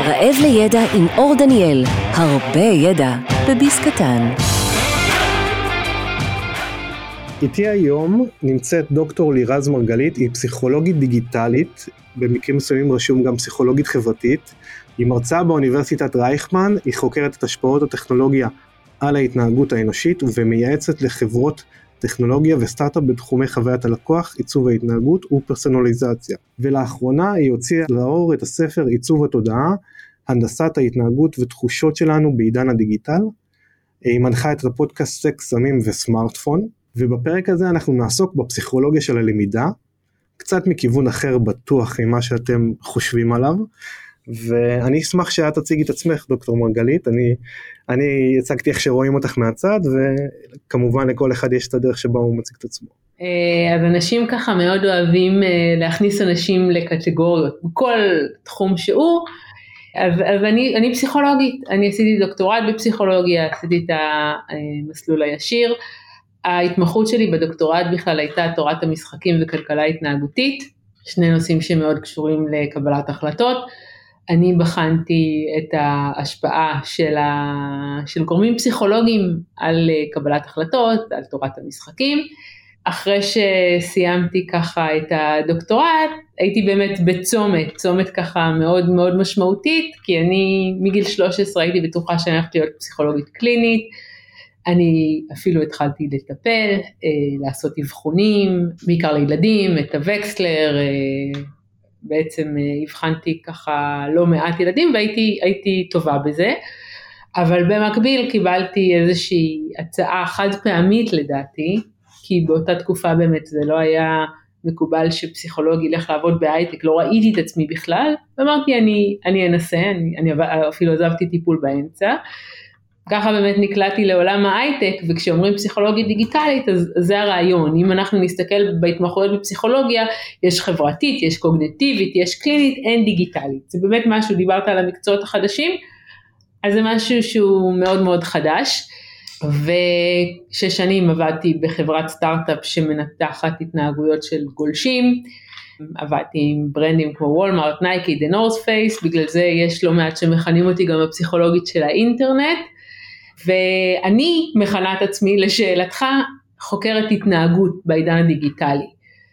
רעב לידע עם אור דניאל, הרבה ידע בביס קטן. איתי היום נמצאת דוקטור לירז מרגלית, היא פסיכולוגית דיגיטלית, במקרים מסוימים רשום גם פסיכולוגית חברתית, היא מרצה באוניברסיטת רייכמן, היא חוקרת את השפעות הטכנולוגיה על ההתנהגות האנושית ומייעצת לחברות טכנולוגיה וסטארט-אפ בתחומי חוויית הלקוח, עיצוב ההתנהגות ופרסונליזציה. ולאחרונה היא הוציאה לאור את הספר עיצוב התודעה, הנדסת ההתנהגות ותחושות שלנו בעידן הדיגיטל. היא מנחה את הפודקאסט סקס, סמים וסמארטפון, ובפרק הזה אנחנו נעסוק בפסיכולוגיה של הלמידה, קצת מכיוון אחר בטוח ממה שאתם חושבים עליו, ואני אשמח שאת תציגי את עצמך, דוקטור מרגלית. אני הצגתי איך שרואים אותך מהצד, וכמובן לכל אחד יש את הדרך שבה הוא מציג את עצמו. אז אנשים ככה מאוד אוהבים להכניס אנשים לקטגוריות, בכל תחום שהוא, אז אני פסיכולוגית, אני עשיתי דוקטורט בפסיכולוגיה, עשיתי את המסלול הישיר, ההתמחות שלי בדוקטורט בכלל הייתה תורת המשחקים וכלכלה התנהגותית, שני נושאים שמאוד קשורים לקבלת החלטות. אני בחנתי את ההשפעה של גורמים פסיכולוגיים על קבלת החלטות, על תורת המשחקים. אחרי שסיימתי ככה את הדוקטורט, הייתי באמת צומת ככה מאוד מאוד משמעותית, כי אני מגיל 13 הייתי בטוחה שאני הולכת להיות פסיכולוגית קלינית, אני אפילו התחלתי לטפל, לעשות אבחונים, בעיקר לילדים, את הווקסלר, בעצם הבחנתי ככה לא מעט ילדים, והייתי טובה בזה, אבל במקביל קיבלתי איזושהי הצעה חד פעמית לדעתי, כי באותה תקופה באמת זה לא היה מקובל שפסיכולוג ילך לעבוד בהייטק, לא ראיתי את עצמי בכלל, ואמרתי אני אנסה, אני אפילו עזבתי טיפול באמצע, ככה באמת נקלעתי לעולם ההייטק, וכשאומרים פסיכולוגיה דיגיטלית, אז זה הרעיון. אם אנחנו נסתכל בהתמחויות בפסיכולוגיה, יש חברתית, יש קוגניטיבית, יש קלינית, אין דיגיטלית. זה באמת משהו, דיברת על המקצועות החדשים, אז זה משהו שהוא מאוד מאוד חדש, ו6 שנים עבדתי בחברת סטארט-אפ שמנתחת התנהגויות של גולשים, עבדתי עם ברנדים כמו וולמארט, נייקי, The North Face, בגלל זה יש לא מעט שמכנים אותי גם הפסיכולוגית של האינטרנט, ואני מכנה את עצמי לשאלתך חוקרת התנהגות בעידן הדיגיטלי,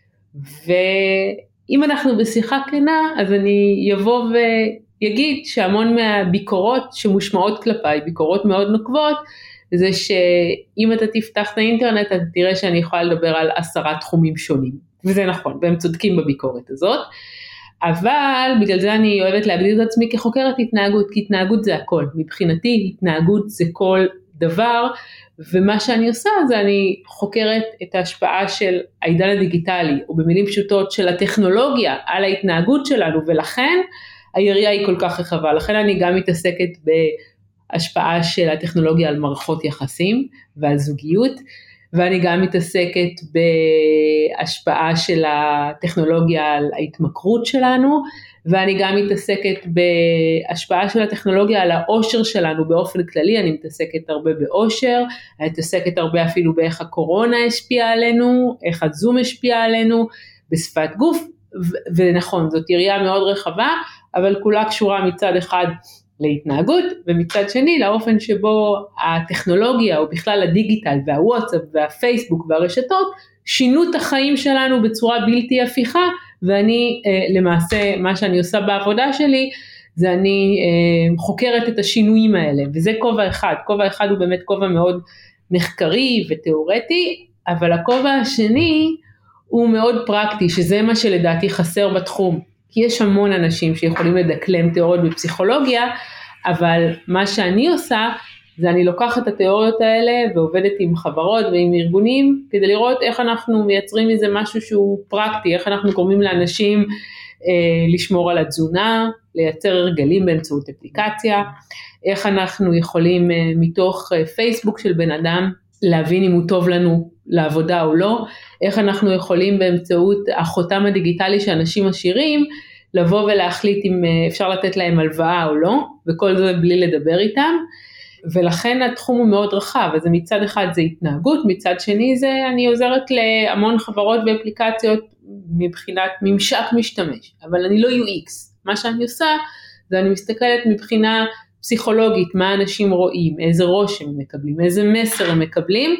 ואם אנחנו בשיחה כנה, אז אני יבוא ויגיד שהמון מהביקורות שמושמעות כלפיי, ביקורות מאוד נוקבות, זה שאם אתה תפתח את האינטרנט, אתה תראה שאני יכולה לדבר על 10 תחומים שונים, וזה נכון, והם צודקים בביקורת הזאת, אבל בגלל זה אני אוהבת להגדיר את עצמי כחוקרת התנהגות, כי התנהגות זה הכל, מבחינתי התנהגות זה כל דבר, ומה שאני עושה זה אני חוקרת את ההשפעה של העידן הדיגיטלי, או במילים פשוטות של הטכנולוגיה על ההתנהגות שלנו, ולכן היריעה היא כל כך רחבה, לכן אני גם מתעסקת בהשפעה של הטכנולוגיה על מערכות יחסים ועל זוגיות, ואני גם מתעסקת בהשפעה של הטכנולוגיה על ההתמכרות שלנו, ואני גם מתעסקת בהשפעה של הטכנולוגיה על העושר שלנו באופן כללי, אני מתעסקת הרבה בעושר, אני מתעסקת הרבה אפילו באיך הקורונה השפיעה עלינו, איך הזום השפיע עלינו, בשפת גוף, ונכון, זאת יריעה מאוד רחבה, אבל כולה קשורה מצד אחד להתנהגות, ומצד שני לאופן שבו הטכנולוגיה או בכלל הדיגיטל והוואטסאפ והפייסבוק והרשתות שינו את החיים שלנו בצורה בלתי הפיכה, ואני למעשה מה שאני עושה בעבודה שלי זה אני חוקרת את השינויים האלה, וזה כובע אחד. כובע אחד הוא באמת כובע מאוד מחקרי ותיאורטי, אבל הכובע השני הוא מאוד פרקטי, שזה מה שלדעתי חסר בתחום, כי יש המון אנשים שיכולים לדקלם תיאוריות בפסיכולוגיה, אבל מה שאני עושה, זה אני לוקחת את התיאוריות האלה, ועובדת עם חברות ועם ארגונים, כדי לראות איך אנחנו מייצרים מזה משהו שהוא פרקטי, איך אנחנו גורמים לאנשים לשמור על התזונה, לייצר הרגלים באמצעות אפליקציה, איך אנחנו יכולים מתוך פייסבוק של בן אדם, להבין אם הוא טוב לנו לעבודה או לא, איך אנחנו יכולים באמצעות החותם הדיגיטלי שאנשים עשירים, לבוא ולהחליט אם אפשר לתת להם הלוואה או לא, וכל זה בלי לדבר איתם, ולכן התחום הוא מאוד רחב, אז מצד אחד זה התנהגות, מצד שני זה אני עוזרת להמון חברות ואפליקציות מבחינת ממשק משתמש, אבל אני לא UX, מה שאני עושה, אז אני מסתכלת מבחינה פסיכולוגית, מה אנשים רואים, איזה רושם הם מקבלים, איזה מסר הם מקבלים,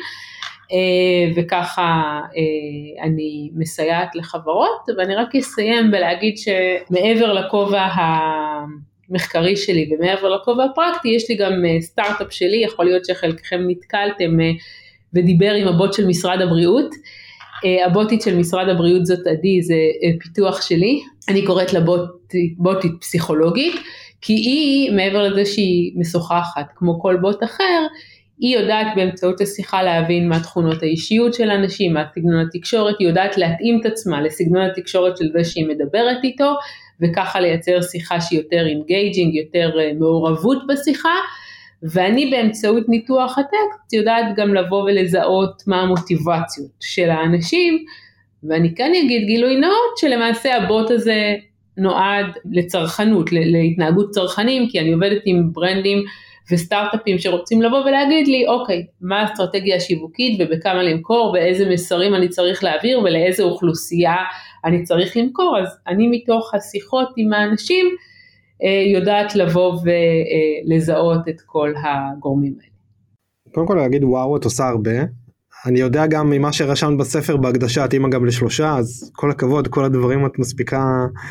וככה אני מסייעת לחברות, ואני רק אסיים בלהגיד שמעבר לכובע המחקרי שלי ומעבר לכובע הפרקטי, יש לי גם סטארט-אפ שלי, יכול להיות שחלקכם נתקלתם ודיבר עם הבוט של משרד הבריאות, הבוטית של משרד הבריאות זאת עדי, זה פיתוח שלי, אני קוראת לה בוטית פסיכולוגית, כי היא מעבר לזה שהיא משוחחת כמו כל בוט אחר, היא יודעת באמצעות השיחה להבין מה תכונות האישיות של אנשים, מה סגנון התקשורת, היא יודעת להתאים את עצמה לסגנון התקשורת של זה שהיא מדברת איתו, וככה לייצר שיחה שהיא יותר אינגייג'ינג, יותר מעורבות בשיחה, ואני באמצעות ניתוח הטקסט יודעת גם לבוא ולזהות מה המוטיבציות של האנשים, ואני כאן אגיד גילוי נאות שלמעשה הבוט הזה נועד לצרכנות, להתנהגות צרכנים, כי אני עובדת עם ברנדים וסטארט-אפים שרוצים לבוא ולהגיד לי, אוקיי, מה האסטרטגיה השיווקית ובכמה למכור, ואיזה מסרים אני צריך להעביר ולאיזה אוכלוסייה אני צריך למכור, אז אני מתוך השיחות עם האנשים יודעת לבוא ולזהות את כל הגורמים האלה. קודם כל להגיד וואו, את עושה הרבה, אני יודע גם ממה שרשמת בספר בהקדשה, את אימא גם ל3, אז כל הכבוד, כל הדברים את מספיקה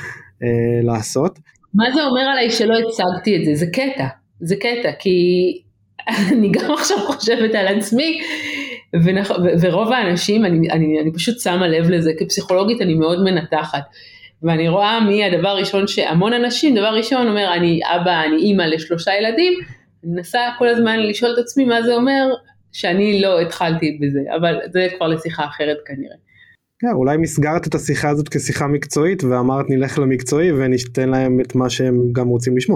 לעשות. מה זה אומר עליי שלא הצגתי את זה? זה קטע, כי אני גם עכשיו חושבת על עצמי, ורוב האנשים, אני פשוט שמה לב לזה, כפסיכולוגית אני מאוד מנתחת, ואני רואה מי הדבר הראשון שהמון אנשים, דבר ראשון אומר, אני אבא, אני אימא ל3 ילדים, אני מנסה כל הזמן לשאול את עצמי מה זה אומר, שאני לא התחלתי בזה, אבל זה כבר לשיחה אחרת כנראה. אולי מסגרת את השיחה הזאת כשיחה מקצועית, ואמרת נלך למקצועי ונשתן להם את מה שהם גם רוצים לשמוע.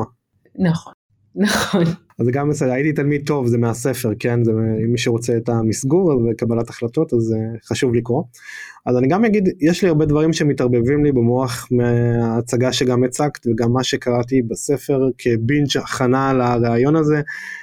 נכון. אז גם הייתי תלמיד טוב, זה מהספר, כן, זה מי שרוצה את המסגור וקבלת החלטות, אז חשוב לקרוא. אז אני גם אגיד, יש לי הרבה דברים שמתערבבים לי במוח מההצגה שגם הצגת, וגם מה שקראתי בספר כבינג' הכנה לרעיון הזה,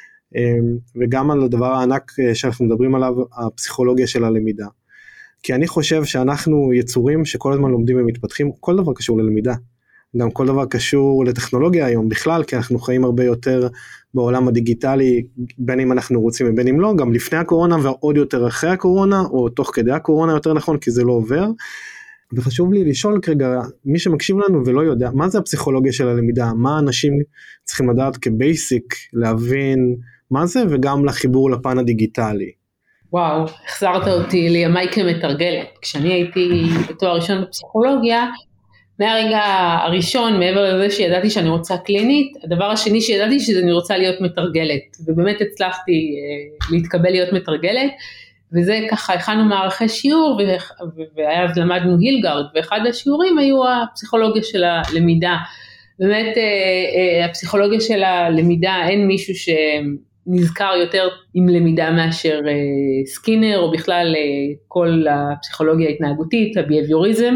וגם על הדבר הענק שאנחנו מדברים עליו, הפסיכולוגיה של הלמידה. כי אני חושב שאנחנו יצורים שכל הזמן לומדים ומתפתחים, כל דבר קשור ללמידה. גם כל דבר קשור לטכנולוגיה היום בכלל, כי אנחנו חיים הרבה יותר בעולם הדיגיטלי, בין אם אנחנו רוצים ובין אם לא, גם לפני הקורונה ועוד יותר אחרי הקורונה, או תוך כדי הקורונה יותר נכון, כי זה לא עובר. וחשוב לי לשאול כרגע, מי שמקשיב לנו ולא יודע, מה זה הפסיכולוגיה של הלמידה? מה אנשים צריכים לדעת כבייסיק, להבין מה זה, וגם לחיבור לפן הדיגיטלי? וואו, החזרת אותי לימי כמתרגלת. כשאני הייתי בתואר ראשון בפסיכולוגיה, מהרגע הראשון, מעבר לזה שידעתי שאני רוצה קלינית, הדבר השני שידעתי שאני רוצה להיות מתרגלת, ובאמת הצלחתי להתקבל להיות מתרגלת, וזה ככה, הכנו מערכי שיעור, ואז למדנו הילגארד, ואחד השיעורים היו הפסיכולוגיה של הלמידה, באמת הפסיכולוגיה של הלמידה, אין מישהו שנזכר יותר עם למידה מאשר סקינר, או בכלל כל הפסיכולוגיה ההתנהגותית, הביהביוריזם,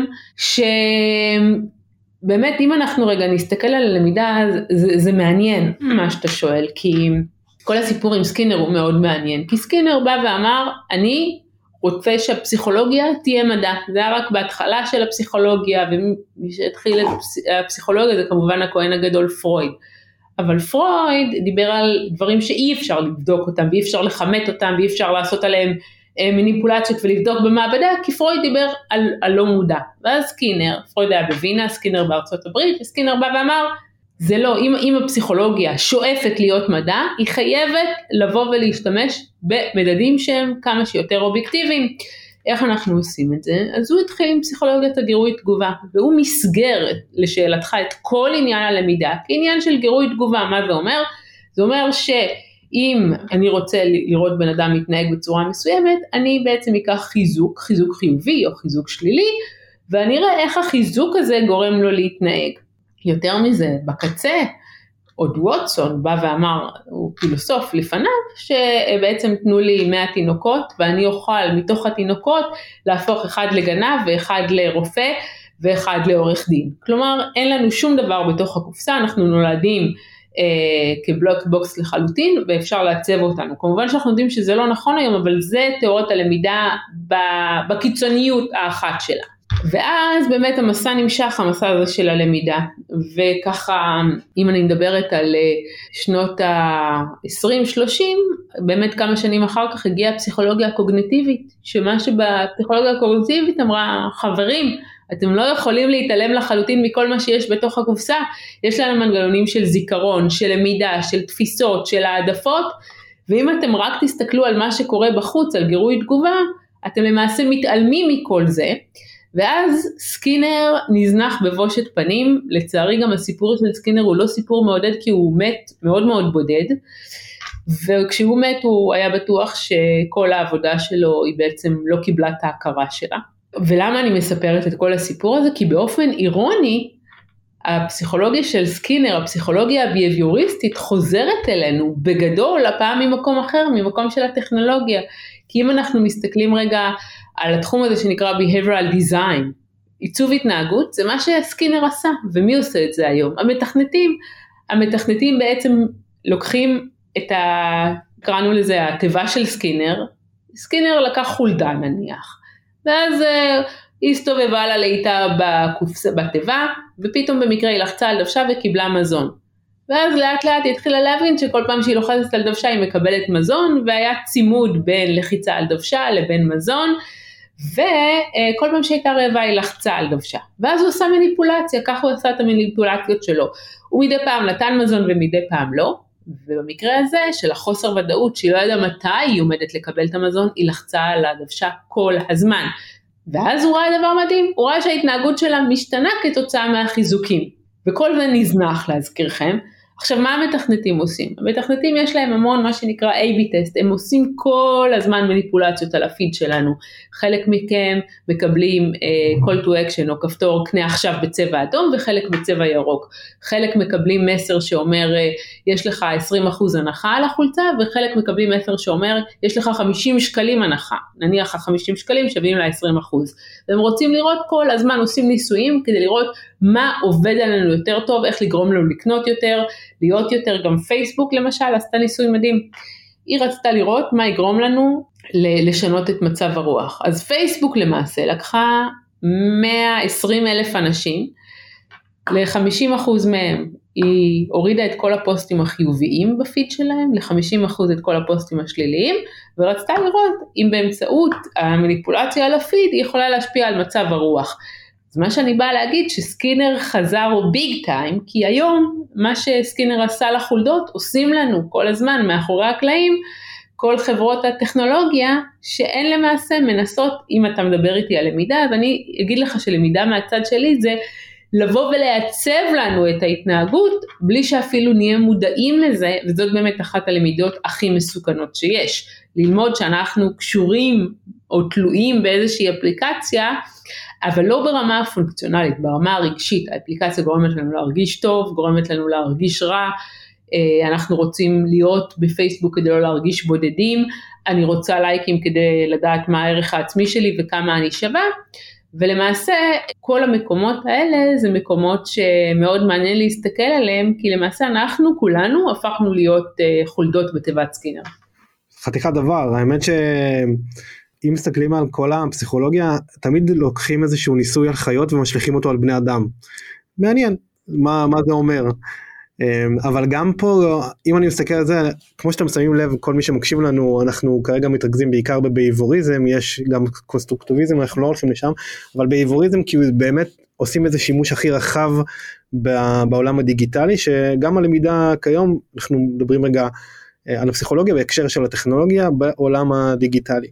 שבאמת אם אנחנו רגע נסתכל על הלמידה, זה מעניין מה שאתה שואל, כי כל הסיפור עם סקינר הוא מאוד מעניין, כי סקינר בא ואמר, אני רוצה שהפסיכולוגיה תהיה מדע, זה היה רק בהתחלה של הפסיכולוגיה, ומי שהתחיל את הפסיכולוגיה זה כמובן הכהן הגדול פרויד, אבל פרויד דיבר על דברים שאי אפשר לבדוק אותם, ואי אפשר לחמת אותם, ואי אפשר לעשות עליהם מניפולציות ולבדוק במעבדה, כי פרויד דיבר על לא מודע, ואז סקינר, פרויד היה בווינה, סקינר בארצות הברית, וסקינר בא ואמר, זה לא, אם הפסיכולוגיה שואפת להיות מדע, היא חייבת לבוא ולהשתמש במדדים שהם כמה שיותר אובייקטיביים. איך אנחנו עושים את זה? אז הוא התחיל עם פסיכולוגיית הגירוי תגובה, והוא מסגר לשאלתך את כל עניין הלמידה, כעניין של גירוי תגובה. מה זה אומר? זה אומר שאם אני רוצה לראות בן אדם מתנהג בצורה מסוימת, אני בעצם אקח חיזוק חיובי או חיזוק שלילי, ואני אראה איך החיזוק הזה גורם לו להתנהג. יותר מזה, בקצה, עוד ווטסון בא ואמר, הוא פילוסוף לפניו, שבעצם תנו לי 100 תינוקות, ואני אוכל מתוך התינוקות, להפוך אחד לגנב, ואחד לרופא, ואחד לעורך דין. כלומר, אין לנו שום דבר בתוך הקופסה, אנחנו נולדים כבלוק בוקס לחלוטין, ואפשר לעצב אותנו. כמובן שאנחנו יודעים שזה לא נכון היום, אבל זה תיאוריית הלמידה בקיצוניות האחת שלה. ואז באמת המסע נמשך, המסע הזה של הלמידה, וככה אם אני מדברת על שנות ה-20-30, באמת כמה שנים אחר כך הגיעה הפסיכולוגיה הקוגניטיבית, שמה שבפסיכולוגיה הקוגניטיבית אמרה, חברים, אתם לא יכולים להתעלם לחלוטין מכל מה שיש בתוך הקופסה, יש לנו מנגנונים של זיכרון, של למידה, של תפיסות, של העדפות, ואם אתם רק תסתכלו על מה שקורה בחוץ, על גירוי תגובה, אתם למעשה מתעלמים מכל זה, ואז סקינר נזנח בבושת פנים, לצערי גם הסיפור של סקינר הוא לא סיפור מעודד, כי הוא מת מאוד מאוד בודד, וכשהוא מת הוא היה בטוח שכל העבודה שלו היא בעצם לא קיבלה את ההכרה שלה. ולמה אני מספרת את כל הסיפור הזה? כי באופן אירוני, הפסיכולוגיה של סקינר, הפסיכולוגיה הביהביוריסטית חוזרת אלינו בגדול, הפעם ממקום אחר, ממקום של הטכנולוגיה. כי אם אנחנו מסתכלים רגע על התחום הזה שנקרא behavioral design, עיצוב התנהגות, זה מה שסקינר עשה, ומי עושה את זה היום? המתכנתים בעצם לוקחים את קראנו לזה התיבה של סקינר, סקינר לקח חולדה נניח, ואז היא הסתובבה לה לאיתה בתיבה, ופתאום במקרה היא לחצה על דוושה וקיבלה מזון. ואז לאט לאט היא התחילה להבין שכל פעם שהיא לוחצת על דוושה היא מקבלת מזון, והיה צימוד בין לחיצה על דוושה לבין מזון, וכל פעם שהייתה רעבה היא לחצה על דוושה. ואז הוא עושה מניפולציה, כך הוא עשה את המניפולציות שלו. הוא מדי פעם נתן מזון ומדי פעם לא, ובמקרה הזה של החוסר ודאות, שהיא לא ידעה מתי היא עומדת לקבל את המזון, היא לחצה על הדוושה כל הזמן. ואז הוא ראה דבר מדהים, הוא ראה שההתנהגות שלה משתנה כתוצאה מהחיזוקים, וכל זה נזנח להזכירכם. עכשיו מה המתכנתים עושים? המתכנתים יש להם המון מה שנקרא A/B טסט, הם עושים כל הזמן מניפולציות על הפיד שלנו, חלק מכם מקבלים call to action או כפתור קנה עכשיו בצבע אדום וחלק בצבע ירוק, חלק מקבלים מסר שאומר יש לך 20% הנחה על החולצה, וחלק מקבלים מסר שאומר יש לך 50 שקלים הנחה, נניח ה-50 שקלים שווים ל-20%, והם רוצים לראות כל הזמן, עושים ניסויים כדי לראות מה עובד עלינו יותר טוב, איך לגרום לנו לקנות יותר, להיות יותר. גם פייסבוק למשל עשתה ניסוי מדהים, היא רצתה לראות מה יגרום לנו לשנות את מצב הרוח. אז פייסבוק למעשה לקחה 120,000 אנשים, ל-50% מהם היא הורידה את כל הפוסטים החיוביים בפיד שלהם, ל-50% את כל הפוסטים השליליים, ורצתה לראות אם באמצעות המניפולציה על הפיד היא יכולה להשפיע על מצב הרוח. אז מה שאני באה להגיד שסקינר חזר ביג טיים, כי היום מה שסקינר עשה לחולדות עושים לנו כל הזמן מאחורי הקלעים, כל חברות הטכנולוגיה שהן למעשה מנסות, אם אתה מדבר איתי על למידה, אז אני אגיד לך שלמידה מהצד שלי זה לבוא ולעצב לנו את ההתנהגות, בלי שאפילו נהיה מודעים לזה, וזאת באמת אחת הלמידות הכי מסוכנות שיש. ללמוד שאנחנו קשורים או תלויים באיזושהי אפליקציה, אבל לא ברמה הפונקציונלית, ברמה הרגשית. האפליקציה גורמת לנו להרגיש טוב, גורמת לנו להרגיש רע, אנחנו רוצים להיות בפייסבוק כדי לא להרגיש בודדים, אני רוצה לייקים כדי לדעת מה הערך העצמי שלי וכמה אני שווה, ולמעשה כל המקומות האלה זה מקומות שמאוד מעניין להסתכל עליהם, כי למעשה אנחנו כולנו הפכנו להיות חולדות בתיבת סקינר. חתיכת דבר, האמת שאם מסתכלים על כל הפסיכולוגיה, תמיד לוקחים איזשהו ניסוי על חיות ומשליכים אותו על בני אדם. מעניין, מה זה אומר. אבל גם פה, אם אני מסתכל על זה, כמו שאתם שמים לב, כל מי שמקשיב לנו, אנחנו כרגע מתרכזים בעיקר בבהיבוריזם, יש גם קונסטרוקטיביזם, אנחנו לא הולכים לשם, אבל בהיבוריזם כי באמת עושים איזה שימוש הכי רחב בעולם הדיגיטלי, שגם הלמידה כיום, אנחנו מדברים רגע על הפסיכולוגיה בהקשר של הטכנולוגיה בעולם הדיגיטלי,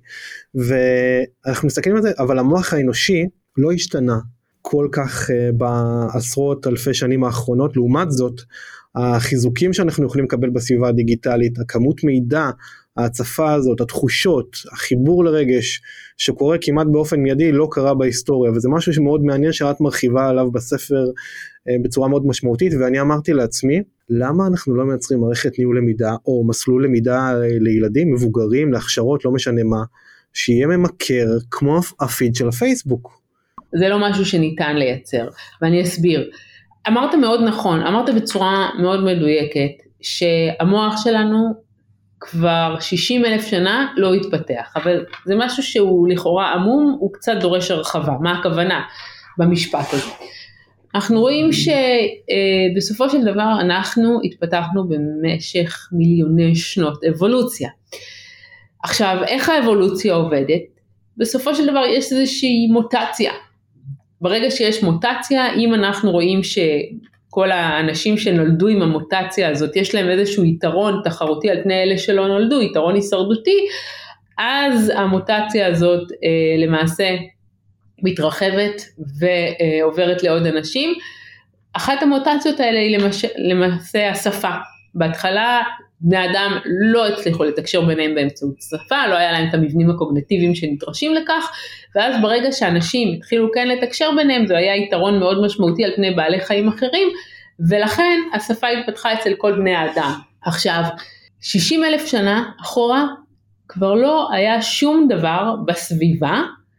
ואנחנו מסתכלים על זה, אבל המוח האנושי לא השתנה כל כך בעשרות אלפי שנים האחרונות. לעומת זאת, החיזוקים שאנחנו יכולים לקבל בסביבה הדיגיטלית, הכמות מידע, ההצפה הזאת, התחושות, החיבור לרגש, שקורה כמעט באופן מיידי, לא קרה בהיסטוריה, וזה משהו שמאוד מעניין שאת מרחיבה עליו בספר בצורה מאוד משמעותית, ואני אמרתי לעצמי, למה אנחנו לא מייצרים מערכת ניהול למידה, או מסלול למידה לילדים, מבוגרים, להכשרות, לא משנה מה, שיהיה ממכר כמו הפיד של הפייסבוק. זה לא משהו שניתן לייצר, ואני אסביר. אמרת מאוד נכון, אמרת בצורה מאוד מדויקת, שהמוח שלנו כבר 60,000 שנה לא התפתח, אבל זה משהו שהוא לכאורה עמום, הוא קצת דורש הרחבה. מה הכוונה במשפט הזה? אנחנו רואים שבסופו של דבר אנחנו התפתחנו במשך מיליוני שנות אבולוציה. עכשיו, איך האבולוציה עובדת? בסופו של דבר יש איזושהי מוטציה. ברגע שיש מוטציה, אם אנחנו רואים שכל האנשים שנולדו עם המוטציה הזאת, יש להם איזשהו יתרון תחרותי על פני אלה שלא נולדו, יתרון הישרדותי, אז המוטציה הזאת למעשה מתרחבת ועוברת לעוד אנשים. אחת המוטציות האלה היא למעשה השפה. בהתחלה בני אדם לא הצליחו לתקשר ביניהם באמצעות שפה, לא היה להם את המבנים הקוגניטיביים שנדרשים לכך, ואז ברגע שאנשים התחילו כן לתקשר ביניהם, זה היה יתרון מאוד משמעותי על פני בעלי חיים אחרים, ולכן השפה התפתחה אצל כל בני האדם. עכשיו, 60,000 שנה אחורה, כבר לא היה שום דבר בסביבה,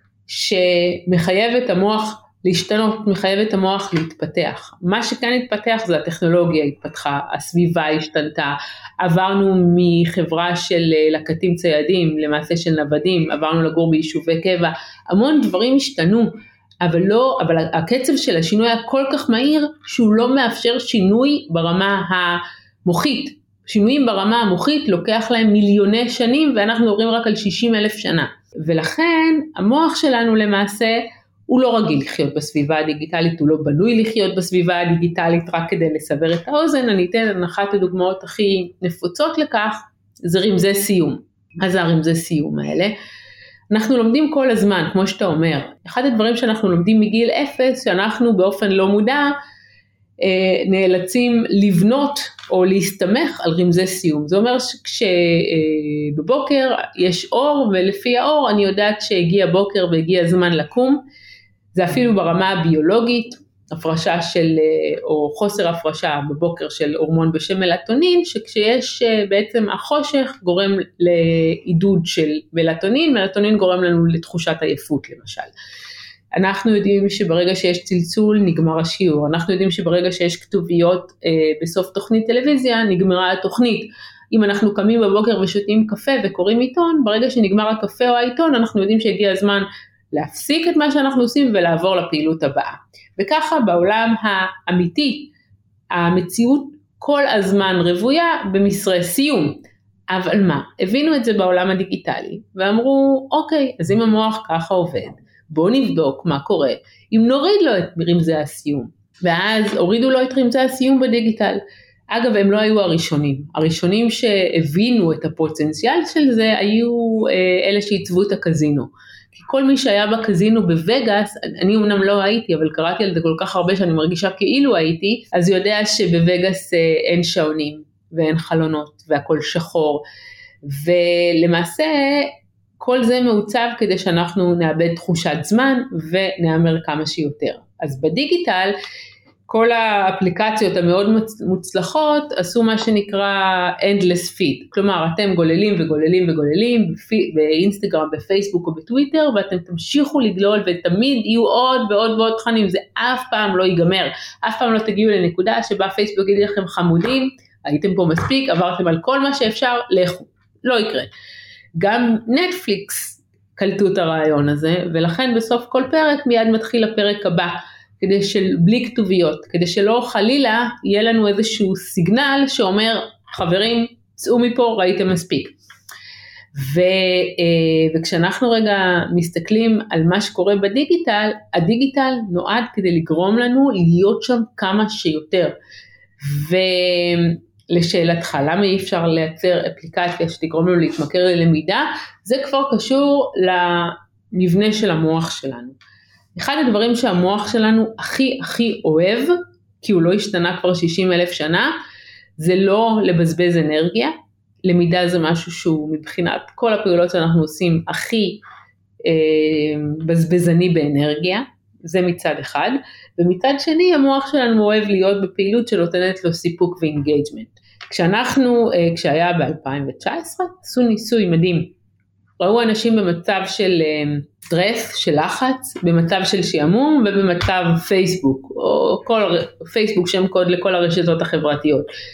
שמחייב את המוח להשתנות, מחייב את המוח להתפתח. מה שכאן התפתח זה הטכנולוגיה התפתחה, הסביבה השתנתה, עברנו מחברה של לקטים ציידים, למעשה של נוודים, עברנו לגור ביישובי קבע, המון דברים השתנו, אבל הקצב של השינוי היה כל כך מהיר, שהוא לא מאפשר שינוי ברמה המוחית. שינויים ברמה המוחית לוקח להם מיליוני שנים, ואנחנו מדברים רק על 60,000 שנה. ולכן המוח שלנו למעשה הוא לא רגיל לחיות בסביבה הדיגיטלית, הוא לא בנוי לחיות בסביבה הדיגיטלית, רק כדי לסבר את האוזן. אני אתן אחת הדוגמאות הכי נפוצות לכך, זה רמזי סיום. אז הרמזי סיום האלה, אנחנו לומדים כל הזמן, כמו שאתה אומר. אחד הדברים שאנחנו לומדים מגיל 0, שאנחנו באופן לא מודע, נאלצים לבנות או להסתמך על רמזי סיום. זה אומר שכשבבוקר יש אור, ולפי האור אני יודעת שהגיע בוקר והגיע זמן לקום. זה אפילו ברמה הביולוגית, הפרשה של, או חוסר הפרשה בבוקר של הורמון בשם מלטונין, שכשיש בעצם החושך גורם לעידוד של מלטונין, מלטונין גורם לנו לתחושת עייפות למשל. אנחנו יודעים שברגע שיש צלצול נגמר השיעור, אנחנו יודעים שברגע שיש כתוביות בסוף תוכנית טלוויזיה נגמרה התוכנית. אם אנחנו קמים בבוקר ושותים קפה וקוראים עיתון, ברגע שנגמר הקפה או העיתון אנחנו יודעים שהגיע הזמן להפסיק את מה שאנחנו עושים ולעבור לפעילות הבאה. וככה בעולם האמיתי, המציאות כל הזמן רבויה במסרי סיום. אבל מה? הבינו את זה בעולם הדיגיטלי ואמרו, אוקיי, אז אם המוח ככה עובד, בואו נבדוק מה קורה אם נוריד לו את רמזי הסיום. ואז הורידו לו את רמזי הסיום בדיגיטל. אגב, הם לא היו הראשונים. הראשונים שהבינו את הפוטנציאל של זה היו אלה שעיצבו את הקזינו. כי כל מי שהיה בקזינו בווגאס, אני אמנם לא הייתי, אבל קראתי על זה כל כך הרבה שאני מרגישה כאילו הייתי, אז יודע שבווגאס אין שעונים ואין חלונות והכל שחור. ולמעשה כל זה מעוצב כדי שאנחנו נאבד תחושת זמן ונאמר כמה שיותר. אז בדיגיטל, כל האפליקציות המאוד מוצלחות עשו מה שנקרא endless feed, כלומר אתם גוללים וגוללים וגוללים באינסטגרם, בפייסבוק או בטוויטר, ואתם תמשיכו לגלול ותמיד יהיו עוד ועוד ועוד תכנים, זה אף פעם לא ייגמר, אף פעם לא תגיעו לנקודה שבה פייסבוק יגיד לכם חמודים, הייתם פה מספיק, עברתם על כל מה שאפשר, לכו, לא יקרה. גם נטפליקס קלטו את הרעיון הזה, ולכן בסוף כל פרק מיד מתחיל הפרק הבא, כדי בלי כתוביות, כדי שלא חלילה יהיה לנו איזשהו סיגנל שאומר, חברים, צאו מפה, ראיתם מספיק. וכשאנחנו רגע מסתכלים על מה שקורה בדיגיטל, הדיגיטל נועד כדי לגרום לנו להיות שם כמה שיותר. ולשאלתך, למה אי אפשר לייצר אפליקציה שתגרום לנו להתמכר ללמידה? זה כבר קשור למבנה של המוח שלנו. אחד הדברים שהמוח שלנו הכי אוהב, כי הוא לא השתנה כבר 60,000 שנה, זה לא לבזבז אנרגיה. למידה זה משהו שהוא מבחינת כל הפעולות שאנחנו עושים הכי בזבזני באנרגיה, זה מצד אחד, ומצד שני המוח שלנו אוהב להיות בפעילות שנותנת לו סיפוק ואינגייג'מנט. כשהיה ב-2019, עשו ניסוי מדהים, ראו אנשים במצב של סטרס, של לחץ, במצב של שעמום ובמצב פייסבוק, או פייסבוק שם קוד לכל הרשתות החברתיות.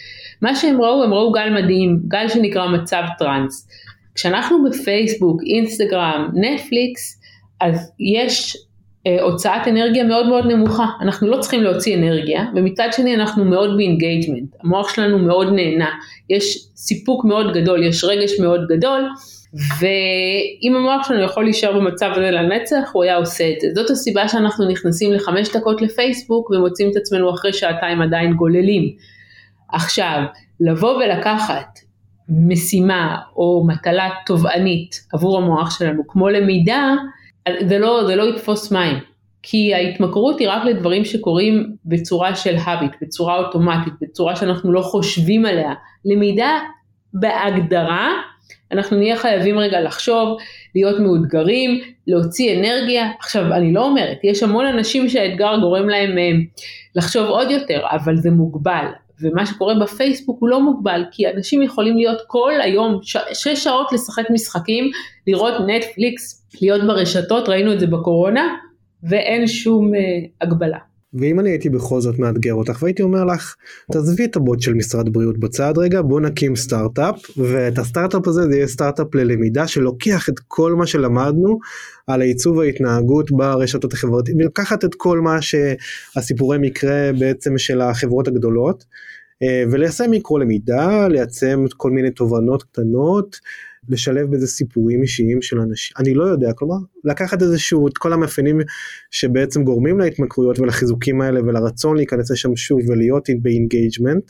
מה שהם ראו, הם ראו גל מדהים, גל שנקרא מצב טרנס. כשאנחנו בפייסבוק, אינסטגרם, נטפליקס, אז יש הוצאת אנרגיה מאוד מאוד נמוכה, אנחנו לא צריכים להוציא אנרגיה, ומצד שני אנחנו מאוד באינגייג'מנט, המוח שלנו מאוד נהנה, יש סיפוק מאוד גדול, יש רגש מאוד גדול, ואם המוח שלנו יכול להישאר במצב הזה לנצח, הוא היה עושה את זה. זאת הסיבה שאנחנו נכנסים ל5 דקות לפייסבוק, ומוצאים את עצמנו אחרי שעתיים עדיין גוללים. עכשיו, לבוא ולקחת משימה או מטלה תובענית עבור המוח שלנו, כמו למידה, זה לא יתפוס מים, כי ההתמכרות היא רק לדברים שקורים בצורה של הביט, בצורה אוטומטית, בצורה שאנחנו לא חושבים עליה. למידה בהגדרה, אנחנו נהיה חייבים רגע לחשוב, להיות מאותגרים, להוציא אנרגיה. עכשיו, אני לא אומרת, יש המון אנשים שהאתגר גורם להם לחשוב עוד יותר, אבל זה מוגבל. ומה שקורה בפייסבוק הוא לא מוגבל, כי אנשים יכולים להיות כל היום 6 שעות לשחק משחקים, לראות נטפליקס, להיות ברשתות, ראינו את זה בקורונה, ואין שום הגבלה. ואם אני הייתי בכל זאת מאתגר אותך, והייתי אומר לך, תעזבי את הבוט של משרד בריאות בצד רגע, בוא נקים סטארט-אפ, ואת הסטארט-אפ הזה זה יהיה סטארט-אפ ללמידה, שלוקח את כל מה שלמדנו, על העיצוב ההתנהגות ברשתות החברתיות, לקחת את כל מה שהסיפורי מקרה בעצם של החברות הגדולות, וליישם מיקרו למידה, ליישם כל מיני תובנות קטנות, לשלב בזה סיפורים אישיים של אנשים, אני לא יודע, כלומר, לקחת איזשהו, את כל המאפיינים שבעצם גורמים להתמכרויות ולחיזוקים האלה, ולרצון להיכנס לשם שוב, ולהיות באינגייג'מנט,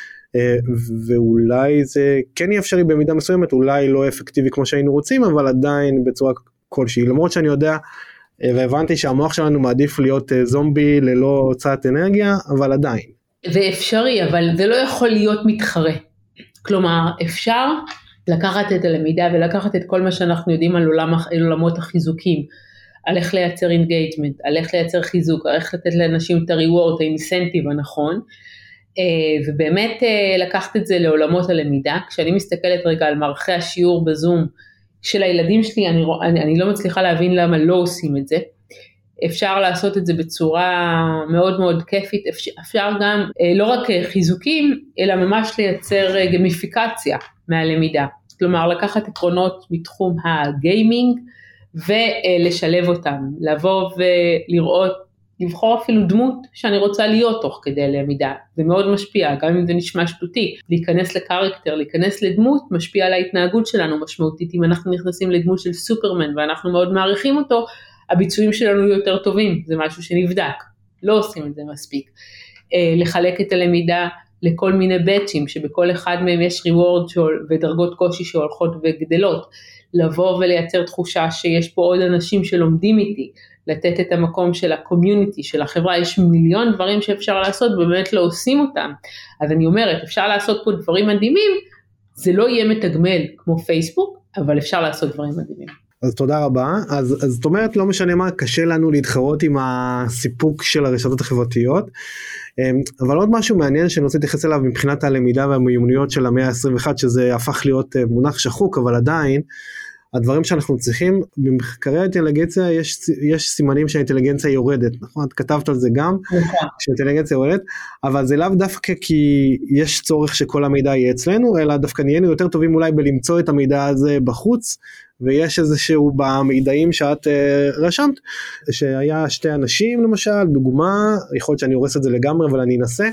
ואולי זה כן יהיה אפשרי במידה מסוימת, אולי לא אפקטיבי כמו שהיינו רוצים, אבל עדיין בצורה כלשהי, למרות שאני יודע, והבנתי שהמוח שלנו מעדיף להיות זומבי ללא הוצאת אנרגיה, אבל עדיין. זה אפשרי, אבל זה לא יכול להיות מתחרה, כלומר, אפשר לקחת את הלמידה ולקחת את כל מה שאנחנו יודעים על עולמות החיזוקים, על איך לייצר אינגייג'מנט, על איך לייצר חיזוק, על איך לתת לאנשים את הריוורד, האינסנטיב הנכון, ובאמת לקחת את זה לעולמות הלמידה. כשאני מסתכלת רגע על מערכי השיעור בזום של הילדים שלי, אני לא מצליחה להבין למה לא עושים את זה, אפשר לעשות את זה בצורה מאוד מאוד כיפית, אפשר גם לא רק חיזוקים, אלא ממש לייצר גמיפיקציה מהלמידה, כלומר לקחת עקרונות מתחום הגיימינג, ולשלב אותם, לבוא ולראות, לבחור אפילו דמות שאני רוצה להיות תוך כדי למידה, זה מאוד משפיע, גם אם זה נשמע שטותי, להיכנס לקרקטר, להיכנס לדמות, משפיע על ההתנהגות שלנו משמעותית, אם אנחנו נכנסים לדמות של סופרמן, ואנחנו מאוד מעריכים אותו, הביצועים שלנו יותר טובים, זה משהו שנבדק, לא עושים את זה מספיק, לחלק את הלמידה לכל מיני בטשים, שבכל אחד מהם יש ריוורד ודרגות קושי שהולכות וגדלות, לבוא ולייצר תחושה שיש פה עוד אנשים שלומדים איתי, לתת את המקום של הקומיוניטי, של החברה, יש מיליון דברים שאפשר לעשות, באמת לא עושים אותם, אז אני אומרת, אפשר לעשות פה דברים מדהימים, זה לא יהיה מתגמל כמו פייסבוק, אבל אפשר לעשות דברים מדהימים. אז תודה רבה, אז זאת אומרת לא משנה מה, קשה לנו להתחרות עם הסיפוק של הרשתות החברתיות, אבל עוד משהו מעניין שאני רוצה להתייחס אליו מבחינת הלמידה והמיומנויות של המאה ה-21, שזה הפך להיות מונח שחוק, אבל עדיין, הדברים שאנחנו צריכים, במחקרי האינטליגנציה יש סימנים שהאינטליגנציה יורדת, נכון? את כתבת על זה גם, שהאינטליגנציה יורדת, אבל זה לאו דווקא כי יש צורך שכל המידע יהיה אצלנו, אלא דווקא נהיינו יותר טובים אולי בלמצוא את המידע הזה בחוץ, ויש איזשהו במידעים שאת רשמת, שהיה 2 אנשים למשל, דוגמה, יכול להיות שאני הורס את זה לגמרי, אבל אני אנסה,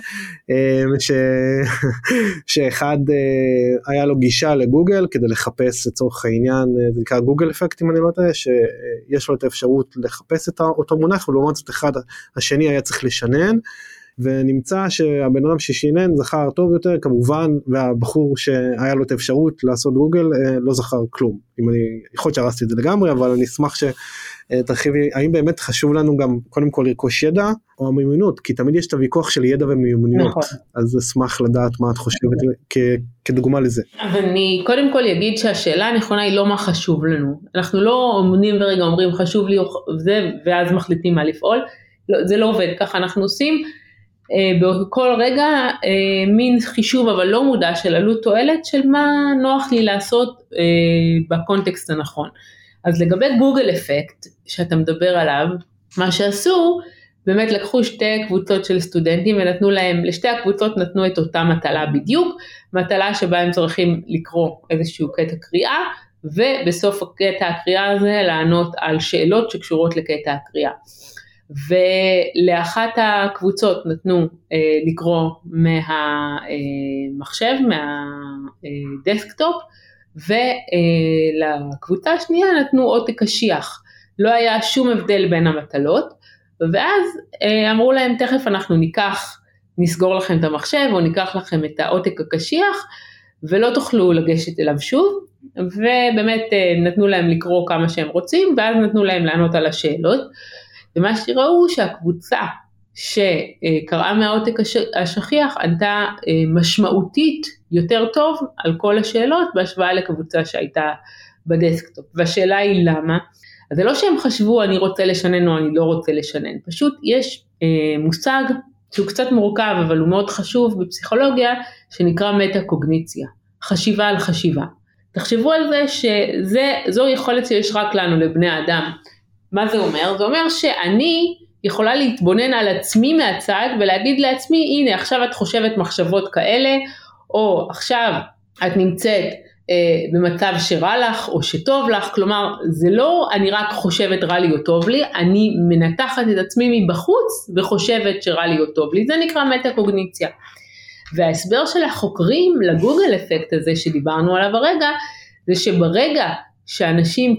שאחד היה לו גישה לגוגל, כדי לחפש לצורך העניין, זה נקרא גוגל אפקט אם אני לא יודע, שיש לו את האפשרות לחפש את אותו מונח, ולעומת זאת אחד, השני היה צריך לשנן, ונמצא שהבן אדם ששינן זכר טוב יותר כמובן, והבחור שהיה לו את האפשרות לעשות גוגל לא זכר כלום. אם אני יכול שהרסתי את זה לגמרי, אבל אני אשמח שתרחיבי, האם באמת חשוב לנו גם קודם כל לרכוש ידע או המיומנות, כי תמיד יש את הוויכוח של ידע ומיומנויות, נכון. אז אשמח לדעת מה את חושבת כדוגמה לזה. אבל אני קודם כל אגיד שהשאלה הנכונה היא לא מה חשוב לנו, אנחנו לא עומדים ורגע אומרים חשוב לי זה, ואז מחליטים מה לפעול, זה לא עובד, ככה אנחנו עושים, בכל רגע מין חישוב אבל לא מודע של עלות תועלת של מה נוח לי לעשות בקונטקסט הנכון. אז לגבי גוגל אפקט שאתה מדבר עליו, מה שעשו באמת לקחו שתי קבוצות של סטודנטים ונתנו להם, לשתי הקבוצות נתנו את אותה מטלה בדיוק, מטלה שבה הם צריכים לקרוא איזשהו קטע קריאה, ובסוף קטע הקריאה הזה לענות על שאלות שקשורות לקטע הקריאה. ולאחת הקבוצות נתנו לקרוא מהמחשב, מהדסקטופ, ולקבוצה השנייה נתנו עותק קשיח. לא היה שום הבדל בין המטלות, ואז אמרו להם תכף אנחנו נסגור לכם את המחשב, או ניקח לכם את העותק הקשיח, ולא תוכלו לגשת אליו שוב, ובאמת נתנו להם לקרוא כמה שהם רוצים, ואז נתנו להם לענות על השאלות, ומה שראו שהקבוצה שקראה מהעותק השכיח, ענתה משמעותית יותר טוב על כל השאלות, בהשוואה לקבוצה שהייתה בדסקטופ, והשאלה היא למה? אז זה לא שהם חשבו אני רוצה לשנן או אני לא רוצה לשנן, פשוט יש מושג שהוא קצת מורכב אבל הוא מאוד חשוב בפסיכולוגיה שנקרא מטה-קוגניציה, חשיבה על חשיבה. תחשבו על זה שזו יכולת שיש רק לנו לבני האדם. מה זה אומר? זה אומר שאני יכולה להתבונן על עצמי מהצד ולהגיד לעצמי הנה עכשיו את חושבת מחשבות כאלה או עכשיו את נמצאת במצב שרע לך או שטוב לך, כלומר זה לא אני רק חושבת רע לי או טוב לי, אני מנתחת את עצמי מבחוץ וחושבת שרע לי או טוב לי, זה נקרא מטה-קוגניציה. וההסבר של החוקרים לגוגל אפקט הזה שדיברנו עליו הרגע, זה שברגע שאנשים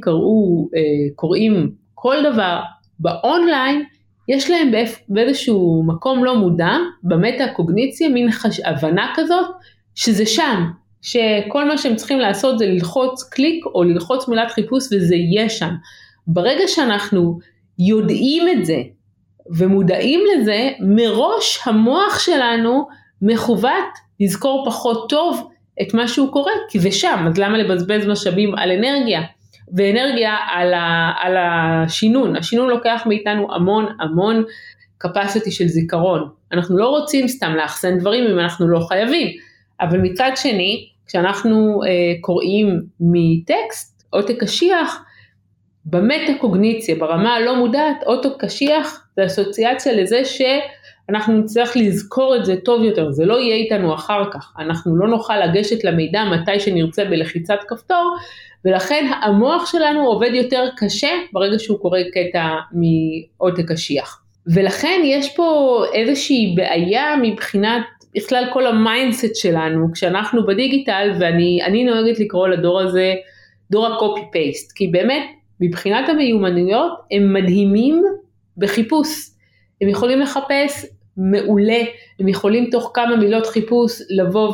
קוראים כל דבר באונליין, יש להם באיזשהו מקום לא מודע, במטה-קוגניציה, מין הבנה כזאת, שזה שם, שכל מה שהם צריכים לעשות זה ללחוץ קליק או ללחוץ מילת חיפוש וזה יהיה שם. ברגע שאנחנו יודעים את זה ומודעים לזה, מראש המוח שלנו מכוות לזכור פחות טוב את מה שהוא קורא, כי זה שם, אז למה לבזבז משאבים על אנרגיה? ואנרגיה על השינון. השינון לוקח מאיתנו המון capacity של זיכרון. אנחנו לא רוצים סתם לאחסן דברים אם אנחנו לא חייבים. אבל מצד שני, כשאנחנו קוראים מטקסט, עותק קשיח, במטה-קוגניציה, ברמה הלא מודעת, עותק קשיח זה אסוציאציה לזה שאנחנו נצטרך לזכור את זה טוב יותר, זה לא יהיה איתנו אחר כך, אנחנו לא נוכל לגשת למידע מתי שנרצה בלחיצת כפתור, ולכן המוח שלנו עובד יותר קשה ברגע שהוא קורא קטע מעותק קשיח. ולכן יש פה איזושהי בעיה מבחינת בכלל כל המיינדסט שלנו, כשאנחנו בדיגיטל, ואני נוהגת לקרוא לדור הזה, דור הקופי פייסט, כי באמת, מבחינת המיומנויות, הם מדהימים בחיפוש, הם יכולים לחפש מעולה, הם יכולים תוך כמה מילות חיפוש, לבוא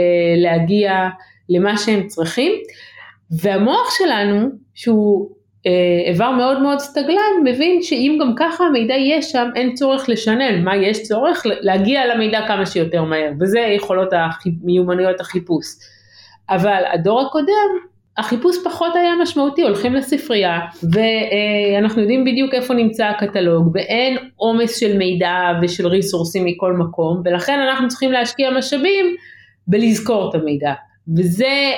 ולהגיע למה שהם צריכים, והמוח שלנו, שהוא עבר מאוד מאוד סטגלן, מבין שאם גם ככה המידע יש שם, אין צורך לשנן, מה יש צורך? להגיע למידע כמה שיותר מהר, וזה יכולות מיומנויות החיפוש. אבל הדור הקודם, החיפוש פחות היה משמעותי, הולכים לספרייה, ואנחנו יודעים בדיוק איפה נמצא הקטלוג, ואין עומס של מידע ושל ריסורסים מכל מקום, ולכן אנחנו צריכים להשקיע משאבים בלזכור את המידע. וזה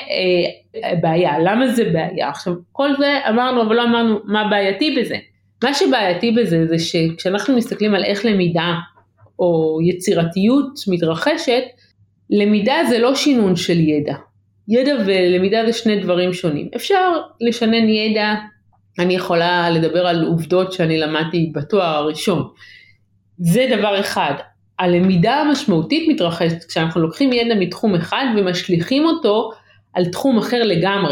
בעיה. למה זה בעיה? עכשיו, כל זה אמרנו, אבל לא אמרנו מה בעייתי בזה. מה שבעייתי בזה זה שכשאנחנו מסתכלים על איך למידה או יצירתיות מתרחשת, למידה זה לא שינון של ידע. ידע ולמידה זה שני דברים שונים. אפשר לשנן ידע, אני יכולה לדבר על עובדות שאני למדתי בתואר הראשון. זה דבר אחד. הלמידה המשמעותית מתרחשת כשאנחנו לוקחים ידע מתחום אחד ומשליכים אותו על תחום אחר לגמרי.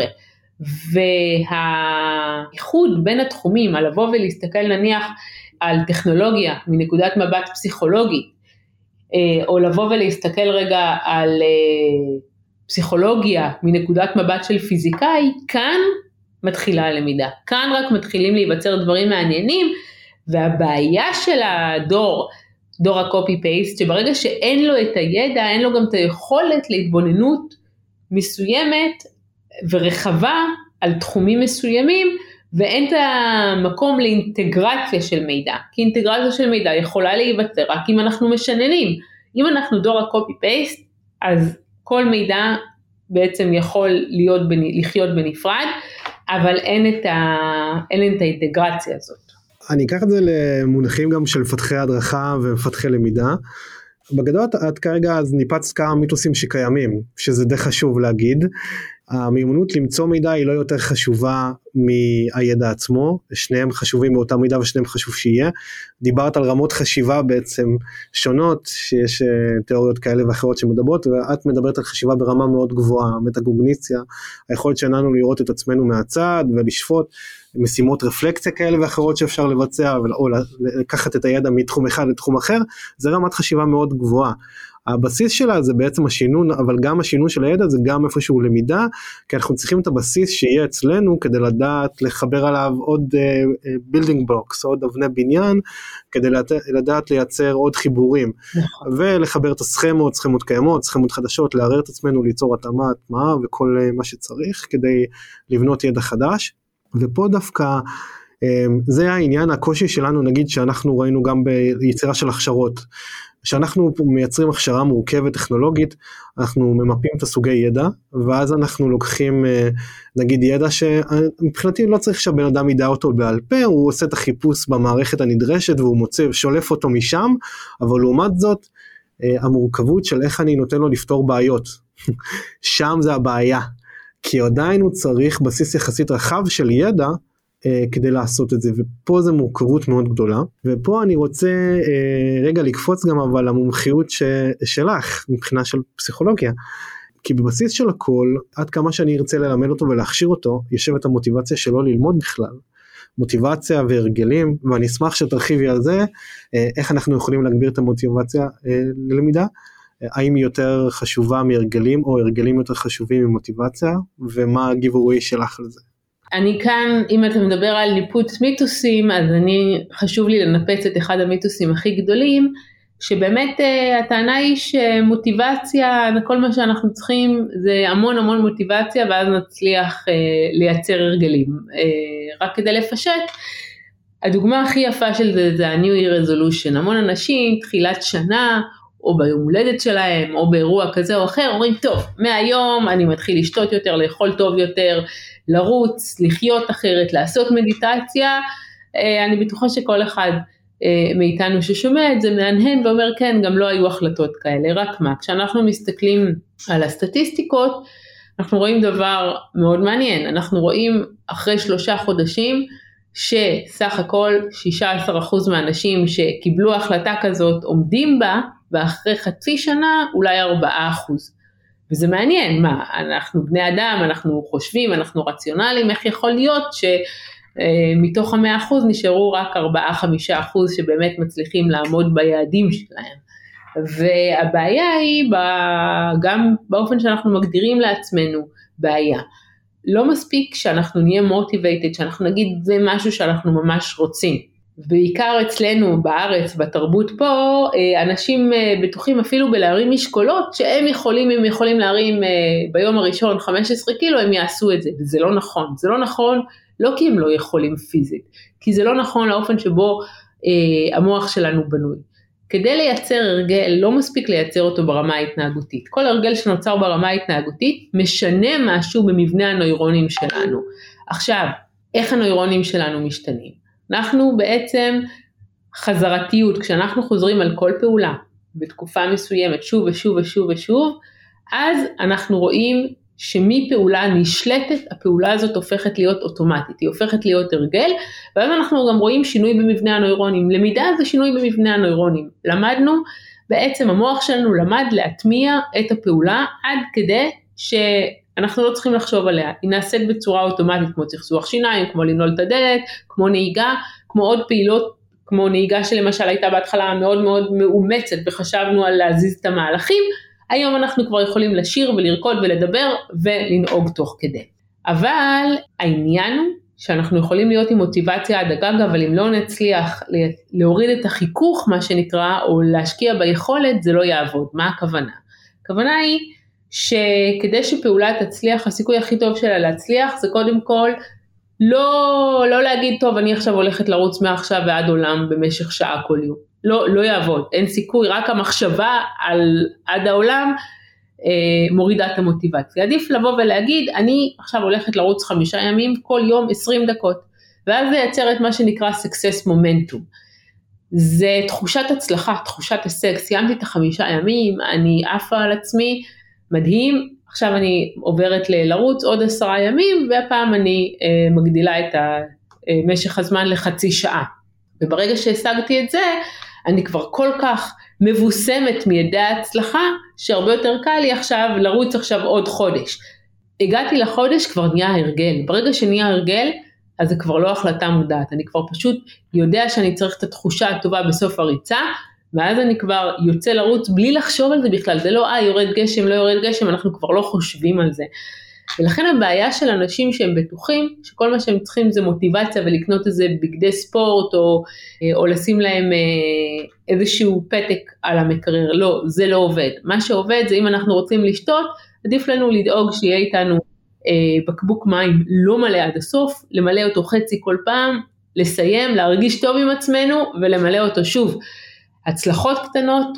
והייחוד בין התחומים, על לבוא ולהסתכל נניח על טכנולוגיה מנקודת מבט פסיכולוגית, או לבוא ולהסתכל רגע על פסיכולוגיה מנקודת מבט של פיזיקאי, כאן מתחילה הלמידה. כאן רק מתחילים להיווצר דברים מעניינים, והבעיה של דור הקופי פייסט, שברגע שאין לו את הידע, אין לו גם את היכולת להתבוננות מסוימת ורחבה על תחומים מסוימים, ואין את המקום לאינטגרציה של מידע, כי אינטגרציה של מידע יכולה להיווצר רק אם אנחנו משננים. אם אנחנו דור הקופי פייסט, אז כל מידע בעצם יכול לחיות בנפרד, אבל אין את האינטגרציה הזאת. אני אקח את זה למונחים גם של מפתחי הדרכה ומפתחי למידה. בגדול עד כרגע אז ניפץ כמה מיתוסים שקיימים, שזה די חשוב להגיד. המיומנות למצוא מידע היא לא יותר חשובה מהידע עצמו, שניהם חשובים באותה מידה ושניהם חשוב שיהיה. דיברת על רמות חשיבה בעצם שונות, שיש תיאוריות כאלה ואחרות שמדברות, ואת מדברת על חשיבה ברמה מאוד גבוהה, מטאקוגניציה, היכולת שלנו לראות את עצמנו מהצד ולשפוט, משימות רפלקציה כאלה ואחרות שאפשר לבצע, או לקחת את הידע מתחום אחד לתחום אחר, זה רמת חשיבה מאוד גבוהה. הבסיס שלה זה בעצם השינון, אבל גם השינון של הידע זה גם איפשהו למידה, כי אנחנו צריכים את הבסיס שיהיה אצלנו, כדי לדעת לחבר עליו עוד building blocks, עוד אבני בניין, כדי לדעת לייצר עוד חיבורים, ולחבר את הסכמות, סכמות קיימות, סכמות חדשות, לערער את עצמנו, ליצור התאמה, הטמעה, וכל מה שצריך, כדי לבנות ידע חדש, ופה דווקא, זה העניין, הקושי שלנו, נגיד שאנחנו ראינו גם ביצירה של הכשרות, שאנחנו מייצרים הכשרה מורכבת טכנולוגית, אנחנו ממפים את הסוגי ידע, ואז אנחנו לוקחים נגיד ידע שמבחינתי לא צריך שהבן אדם ידע אותו בעל פה, הוא עושה את החיפוש במערכת הנדרשת, והוא מוצא, שולף אותו משם, אבל לעומת זאת, המורכבות של איך אני נותן לו לפתור בעיות, שם זה הבעיה, כי עדיין הוא צריך בסיס יחסית רחב של ידע, כדי לעשות את זה, ופה זה מורכבות מאוד גדולה, ופה אני רוצה רגע לקפוץ גם אבל המומחיות שלך, מבחינה של פסיכולוגיה, כי בבסיס של הכל, עד כמה שאני ארצה ללמד אותו ולהכשיר אותו, יושבת המוטיבציה שלו ללמוד בכלל, מוטיבציה והרגלים, ואני אשמח שתרחיבי על זה, איך אנחנו יכולים להגביר את המוטיבציה ללמידה, האם היא יותר חשובה מהרגלים, או הרגלים יותר חשובים ממוטיבציה, ומה הגיבורי שלך לזה? אני כאן, אם אתה מדבר על ניפוץ מיתוסים, אז חשוב לי לנפץ את אחד המיתוסים הכי גדולים, שבאמת הטענה היא שמוטיבציה, כל מה שאנחנו צריכים זה המון המון מוטיבציה, ואז נצליח לייצר הרגלים. רק כדי לפשט, הדוגמה הכי יפה של זה ה-New Year Resolution, המון אנשים, תחילת שנה, או ביום הולדת שלהם, או באירוע כזה או אחר, אומרים, טוב, מהיום אני מתחיל לשתות יותר, לאכול טוב יותר, לרוץ, לחיות אחרת, לעשות מדיטציה, אני בטוחה שכל אחד מאיתנו ששומע את זה, מהנהן ואומר, כן, גם לא היו החלטות כאלה, רק מה, כשאנחנו מסתכלים על הסטטיסטיקות, אנחנו רואים דבר מאוד מעניין, אנחנו רואים אחרי 3 חודשים, שסך הכל 16% מהאנשים שקיבלו החלטה כזאת עומדים בה, ואחרי חצי שנה אולי 4%. וזה מעניין, מה, אנחנו בני אדם, אנחנו חושבים, אנחנו רציונליים, איך יכול להיות שמתוך 100% נשארו רק 4-5% שבאמת מצליחים לעמוד ביעדים שלהם. והבעיה היא גם באופן שאנחנו מגדירים לעצמנו בעיה. לא מספיק שאנחנו נהיה motivated, שאנחנו נגיד זה משהו שאנחנו ממש רוצים. בעיקר אצלנו בארץ, בתרבות פה, אנשים בטוחים אפילו בלהרים משקולות, שהם יכולים להרים ביום הראשון 15 קילו, הם יעשו את זה, וזה לא נכון. זה לא נכון, לא כי הם לא יכולים פיזית, כי זה לא נכון לאופן שבו המוח שלנו בנוי. כדי לייצר הרגל, לא מספיק לייצר אותו ברמה ההתנהגותית. כל הרגל שנוצר ברמה ההתנהגותית, משנה משהו במבנה הנוירונים שלנו. עכשיו, איך הנוירונים שלנו משתנים? אנחנו בעצם חזרתיות, כשאנחנו חוזרים על כל פעולה, בתקופה מסוימת, שוב ושוב ושוב ושוב, אז אנחנו רואים שמפעולה נשלטת, הפעולה הזאת הופכת להיות אוטומטית, היא הופכת להיות הרגל, ואז אנחנו גם רואים שינוי במבנה הנוירונים. למידה זה שינוי במבנה הנוירונים. למדנו, בעצם המוח שלנו למד להטמיע את הפעולה, עד כדי שאנחנו לא צריכים לחשוב עליה. היא נעשית בצורה אוטומטית, כמו צחצוח שיניים, כמו לנעול את הדלת, כמו נהיגה, כמו עוד פעילות, כמו נהיגה שלמשל הייתה בהתחלה מאוד מאוד מאומצת, וחשבנו על להזיז את המהלכים, היום אנחנו כבר יכולים לשיר ולרקוד ולדבר ולנהוג תוך כדי. אבל העניין הוא שאנחנו יכולים להיות עם מוטיבציה עד הגג, אבל אם לא נצליח להוריד את החיכוך, מה שנקרא, או להשקיע ביכולת, זה לא יעבוד. מה הכוונה? הכוונה היא שכדי שפעולה תצליח, הסיכוי הכי טוב שלה להצליח, זה קודם כל לא להגיד, טוב, אני עכשיו הולכת לרוץ מעכשיו ועד עולם במשך שעה כל יום. לא יעבוד, אין סיכוי, רק המחשבה עד העולם מורידה את המוטיבציה. עדיף לבוא ולהגיד, אני עכשיו הולכת לרוץ 5 ימים, כל יום 20 דקות, ואז זה ייצר את מה שנקרא success momentum. זה תחושת הצלחה, תחושת הישג, סיימתי את 5 ימים, אני עפה על עצמי, מדהים, עכשיו אני עוברת לרוץ עוד 10 ימים, והפעם אני מגדילה את משך הזמן לחצי שעה. וברגע שהשגתי את זה, אני כבר כל כך מבוסמת מידי ההצלחה, שהרבה יותר קל לי עכשיו לרוץ עכשיו עוד חודש. הגעתי לחודש, כבר נהיה הרגל. ברגע שנהיה הרגל, אז זה כבר לא החלטה מודעת. אני כבר פשוט יודע שאני צריך את התחושה הטובה בסוף הריצה, ואז אני כבר יוצא לרוץ בלי לחשוב על זה בכלל. זה לא, יורד גשם, לא יורד גשם, אנחנו כבר לא חושבים על זה. ולכן הבעיה של אנשים שהם בטוחים, שכל מה שהם צריכים זה מוטיבציה, ולקנות איזה בגדי ספורט, או לשים להם איזשהו פתק על המקרר. לא, זה לא עובד. מה שעובד זה אם אנחנו רוצים לשתות, עדיף לנו לדאוג שיהיה איתנו בקבוק מים לא מלא עד הסוף, למלא אותו חצי כל פעם, לסיים, להרגיש טוב עם עצמנו, ולמלא אותו שוב. הצלחות קטנות,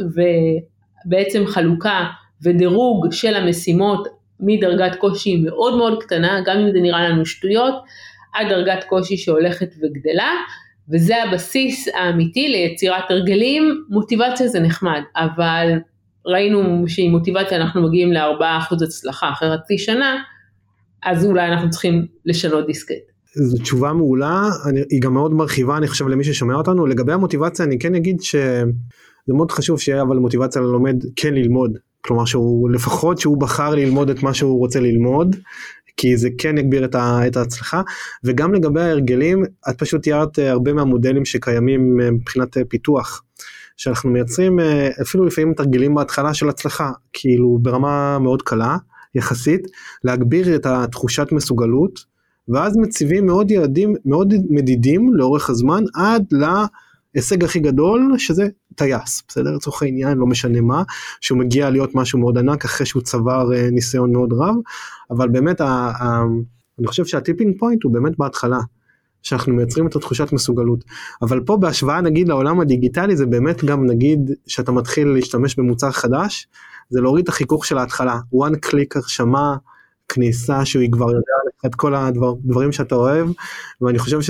ובעצם חלוקה ודירוג של המשימות, מדרגת קושי מאוד מאוד קטנה, גם אם זה נראה לנו שטויות, עד דרגת קושי שהולכת וגדלה, וזה הבסיס האמיתי ליצירת הרגלים. מוטיבציה זה נחמד, אבל ראינו שעם מוטיבציה אנחנו מגיעים ל4% הצלחה אחרי חצי שנה, אז אולי אנחנו צריכים לשנות דיסקט. זו תשובה מעולה, היא גם מאוד מרחיבה, אני חושב למי ששומע אותנו. לגבי המוטיבציה אני כן אגיד שזה מאוד חשוב שיהיה אבל מוטיבציה ללומד כן ללמוד, כלומר לפחות שהוא בחר ללמוד את מה שהוא רוצה ללמוד, כי זה כן יגביר את ההצלחה. וגם לגבי ההרגלים, את פשוט תיארת הרבה מהמודלים שקיימים מבחינת פיתוח, שאנחנו מייצרים אפילו לפעמים תרגילים בהתחלה של הצלחה, כאילו ברמה מאוד קלה יחסית, להגביר את התחושת מסוגלות, ואז מציבים מאוד יעדים, מאוד מדידים לאורך הזמן, עד להישג הכי גדול, שזה טייס, בסדר? לצורך העניין, לא משנה מה, שהוא מגיע להיות משהו מאוד ענק, אחרי שהוא צבר ניסיון מאוד רב, אבל באמת, אני חושב שהטיפינג פוינט הוא באמת בהתחלה, שאנחנו מייצרים את התחושת מסוגלות, אבל פה בהשוואה נגיד לעולם הדיגיטלי, זה באמת גם נגיד, שאתה מתחיל להשתמש במוצר חדש, זה להוריד את החיכוך של ההתחלה, one click הרשמה, כניסה שהוא כבר יודע את כל הדברים שאתה אוהב, ואני חושב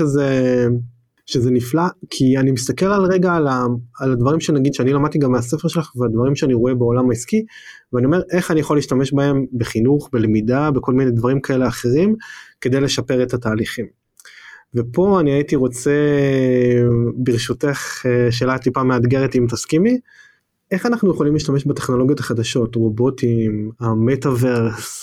שזה נפלא, כי אני מסתכל על רגע על הדברים שנגיד שאני למדתי גם מהספר שלך, והדברים שאני רואה בעולם העסקי, ואני אומר איך אני יכול להשתמש בהם בחינוך, בלמידה, בכל מיני דברים כאלה אחרים, כדי לשפר את התהליכים. ופה אני הייתי רוצה, ברשותך, שאלה טיפה מאתגרת אם תסכימי, איך אנחנו יכולים להשתמש בטכנולוגיות החדשות, רובוטים, המטאברס,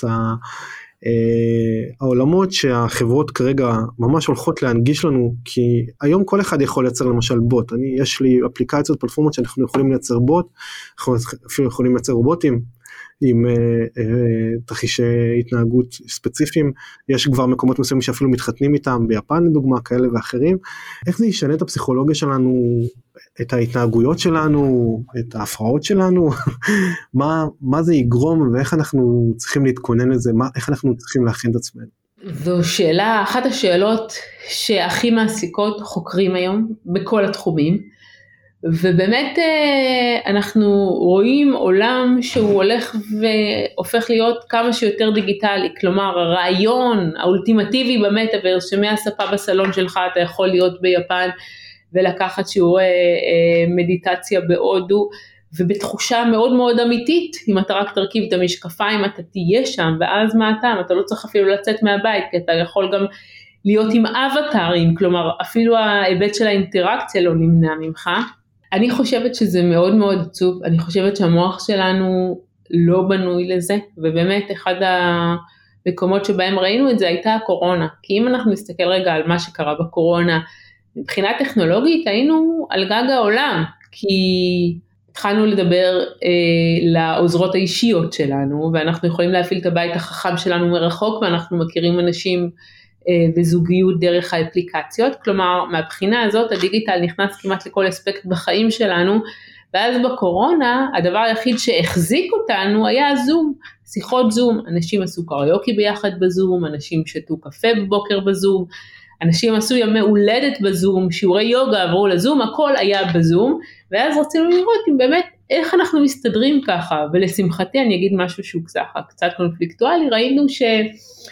העולמות שהחברות כרגע ממש הולכות להנגיש לנו, כי היום כל אחד יכול לייצר למשל בוט, יש לי אפליקציות, פלטפורמות שאנחנו יכולים לייצר בוט, אנחנו אפילו יכולים לייצר רובוטים, עם תרחישי התנהגות ספציפיים, יש כבר מקומות מסוימים שאפילו מתחתנים איתם, ביפן לדוגמה, כאלה ואחרים. איך זה ישנה את הפסיכולוגיה שלנו, את ההתנהגויות שלנו, את ההפרעות שלנו, מה זה יגרום, ואיך אנחנו צריכים להתכונן לזה, איך אנחנו צריכים להכין את עצמנו? זו שאלה, אחת השאלות שהכי מעסיקות חוקרים היום, בכל התחומים, ובאמת אנחנו רואים עולם שהוא הולך והופך להיות כמה שיותר דיגיטלי, כלומר הרעיון האולטימטיבי במטאברס, שמהספה בסלון שלך אתה יכול להיות ביפן ולקחת שיעורי מדיטציה בהודו, ובתחושה מאוד מאוד אמיתית, אם אתה רק תרכיב את המשקפיים אתה תהיה שם, ואז מה אתה לא צריך אפילו לצאת מהבית, כי אתה יכול גם להיות עם אבטרים, כלומר אפילו ההיבט של האינטראקציה לא נמנע ממך. אני חושבת שזה מאוד מאוד עצוב, אני חושבת שהמוח שלנו לא בנוי לזה, ובאמת אחד המקומות שבהם ראינו את זה הייתה הקורונה, כי אם אנחנו נסתכל רגע על מה שקרה בקורונה, מבחינה טכנולוגית היינו על גג העולם, כי התחלנו לדבר לעוזרות האישיות שלנו, ואנחנו יכולים להפעיל את הבית החכם שלנו מרחוק, ואנחנו מכירים אנשים וזוגיות דרך האפליקציות, כלומר מהבחינה הזאת הדיגיטל נכנס כמעט לכל אספקט בחיים שלנו, ואז בקורונה הדבר היחיד שהחזיק אותנו היה זום, שיחות זום, אנשים עשו קריוקי ביחד בזום, אנשים שתו קפה בבוקר בזום, אנשים עשו ימי הולדת בזום, שיעורי יוגה עברו לזום, הכל היה בזום, ואז רצינו לראות אם באמת איך אנחנו מסתדרים ככה, ולשמחתי אני אגיד משהו שהוא קצת קונפליקטואלי, ראינו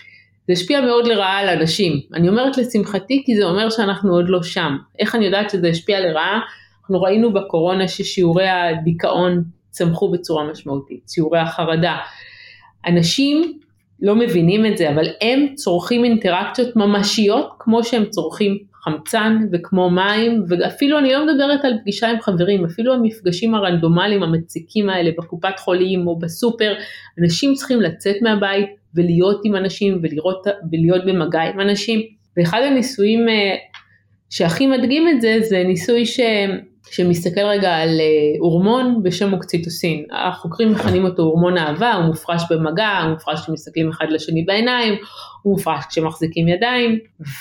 זה השפיע מאוד לרעה על אנשים. אני אומרת לשמחתי, כי זה אומר שאנחנו עוד לא שם. איך אני יודעת שזה השפיע לרעה? אנחנו ראינו בקורונה ששיעורי הדיכאון צמחו בצורה משמעותית, שיעורי החרדה. אנשים לא מבינים את זה, אבל הם צורכים אינטראקציות ממשיות, כמו שהם צורכים חמצן וכמו מים, ואפילו אני לא מדברת על פגישה עם חברים, אפילו המפגשים הרנדומליים המציקים האלה בקופת חולים או בסופר, אנשים צריכים לצאת מהבית ולהיות עם אנשים ולהיות במגע עם אנשים. ואחד הניסויים שהכי מדגים את זה, זה ניסוי שמסתכל רגע על הורמון בשם אוקסיטוסין. החוקרים מכנים אותו הורמון אהבה, הוא מופרש במגע, הוא מופרש כשמסתכלים אחד לשני בעיניים, הוא מופרש כשמחזיקים ידיים,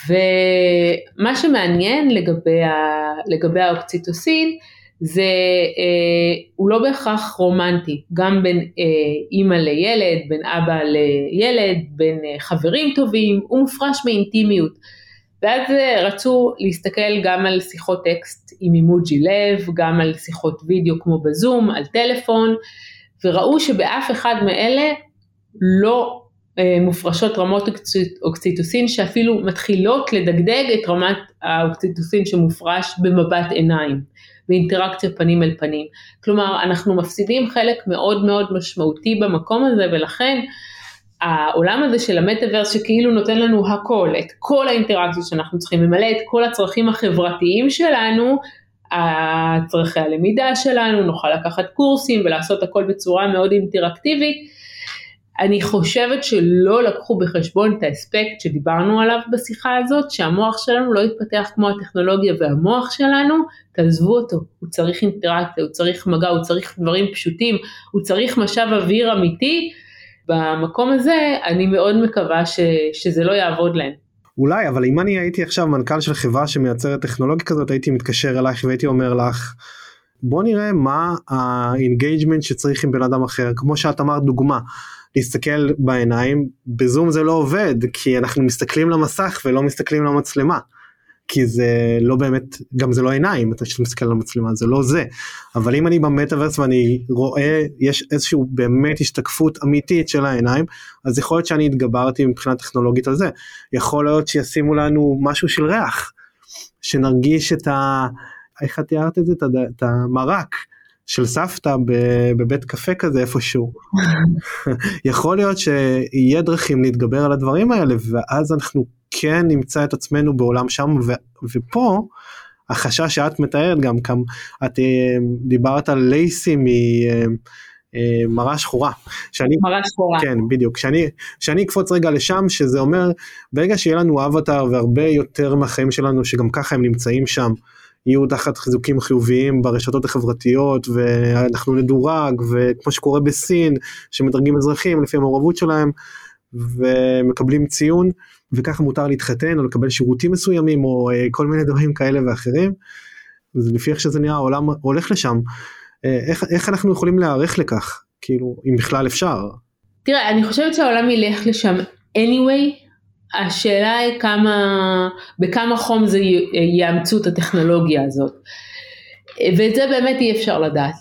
ומה שמעניין לגבי האוקסיטוסין, זה הוא לא בהכרח רומנטי, גם בין אמא לילד, בין אבא לילד, בין חברים טובים, הוא מופרש באינטימיות. ואז רצו להסתכל גם על שיחות טקסט עם אימוג'י לב, גם על שיחות וידאו כמו בזום, על טלפון, וראו שבאף אחד מאלה לא מופרשות רמות אוקסיטוסין, שאפילו מתחילות לדגדג את רמת האוקסיטוסין שמופרש במבט עיניים, באינטראקציה פנים אל פנים. כלומר, אנחנו מפסידים חלק מאוד מאוד משמעותי במקום הזה, ולכן העולם הזה של המטאברס שכאילו נותן לנו הכל, את כל האינטראקציות שאנחנו צריכים, ממלא את כל הצרכים החברתיים שלנו, הצרכי הלמידה שלנו, נוכל לקחת קורסים ולעשות הכל בצורה מאוד אינטראקטיבית. אני חושבת שלא לקחו בחשבון את האספקט שדיברנו עליו בשיחה הזאת, שהמוח שלנו לא יתפתח כמו הטכנולוגיה, והמוח שלנו, תעזבו אותו, הוא צריך אינטראקציה, הוא צריך מגע, הוא צריך דברים פשוטים, הוא צריך משאב אוויר אמיתי. במקום הזה אני מאוד מקווה שזה לא יעבוד להם. אולי, אבל אם אני הייתי עכשיו מנכ"ל של חברה שמייצרת טכנולוגיה כזאת, הייתי מתקשר אלייך והייתי אומר לך, בוא נראה מה האינגייג'מנט שצריך עם בן אדם אחר, כמו שאת אמרת דוגמה, להסתכל בעיניים, בזום זה לא עובד, כי אנחנו מסתכלים למסך ולא מסתכלים למצלמה, כי זה לא באמת, גם זה לא עיניים, אתה מסתכל על המצלמה, זה לא זה, אבל אם אני במטאברס ואני רואה, יש איזשהו באמת השתקפות אמיתית של העיניים, אז יכול להיות שאני התגברתי מבחינה טכנולוגית על זה, יכול להיות שישימו לנו משהו של ריח, שנרגיש את איך את תיארת את זה, את המרק, של סבתא בבית קפה כזה איפשהו. יכול להיות שיהיה דרכים להתגבר על הדברים האלה, ואז אנחנו כן נמצא את עצמנו בעולם שם, ופה החשש שאת מתארת גם, את דיברת על לייסי ממראה שחורה. מראה שחורה. כן, בדיוק. שאני אקפוץ רגע לשם, שזה אומר, ברגע שיהיה לנו אבטר, והרבה יותר מהחיים שלנו, שגם ככה הם נמצאים שם, יהיו תחת חיזוקים חיוביים ברשתות החברתיות, ואנחנו נדורג, וכמו שקורה בסין, שמדרגים אזרחים לפי המעורבות שלהם, ומקבלים ציון, וככה מותר להתחתן, או לקבל שירותים מסוימים, או כל מיני דברים כאלה ואחרים, לפי איך שזה נראה, העולם הולך לשם, איך אנחנו יכולים להיערך לכך, כאילו, אם בכלל אפשר? תראה, אני חושבת שהעולם ילך לשם anyway, השאלה היא בכמה חום זה יאמצו את הטכנולוגיה הזאת, ואת זה באמת אי אפשר לדעת,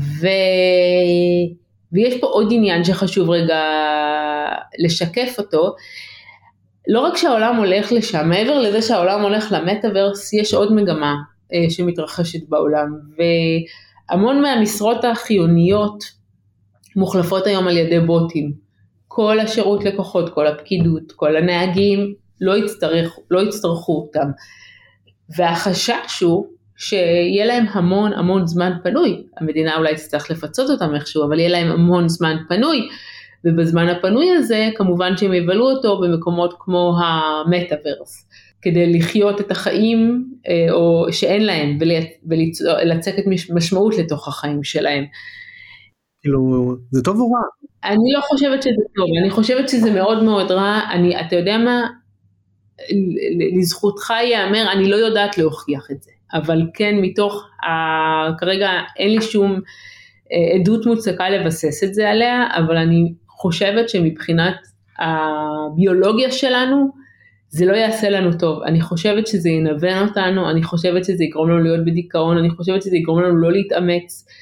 ויש פה עוד עניין שחשוב רגע לשקף אותו, לא רק שהעולם הולך לשם, מעבר לזה שהעולם הולך למטאברס, יש עוד מגמה שמתרחשת בעולם, והמון מהמשרות החיוניות מוחלפות היום על ידי בוטים, כל השירות לקוחות, כל הפקידות, כל הנהגים, לא יצטרכו אותם. והחשש הוא שיהיה להם המון זמן פנוי. המדינה אולי תצטרך לפצות אותם איכשהו, אבל יהיה להם המון זמן פנוי. ובזמן הפנוי הזה, כמובן שהם יבלו אותו במקומות כמו המטאברס, כדי לחיות את החיים או שאין להם, ולצקת משמעות לתוך החיים שלהם. כאילו, זה טוב או רע? אני לא חושבת שזה טוב, אני חושבת שזה מאוד מאוד רע, אתה יודע מה, לזכותך יאמר, אני לא יודעת להוכיח את זה, אבל כן מתוך, כרגע אין לי שום עדות מוצקה לבסס את זה עליה, אבל אני חושבת שמבחינת הביולוגיה שלנו, זה לא יעשה לנו טוב, אני חושבת שזה ינוון אותנו, אני חושבת שזה יגרום לנו להיות בדיכאון, אני חושבת שזה יגרום לנו לא להתאמץ,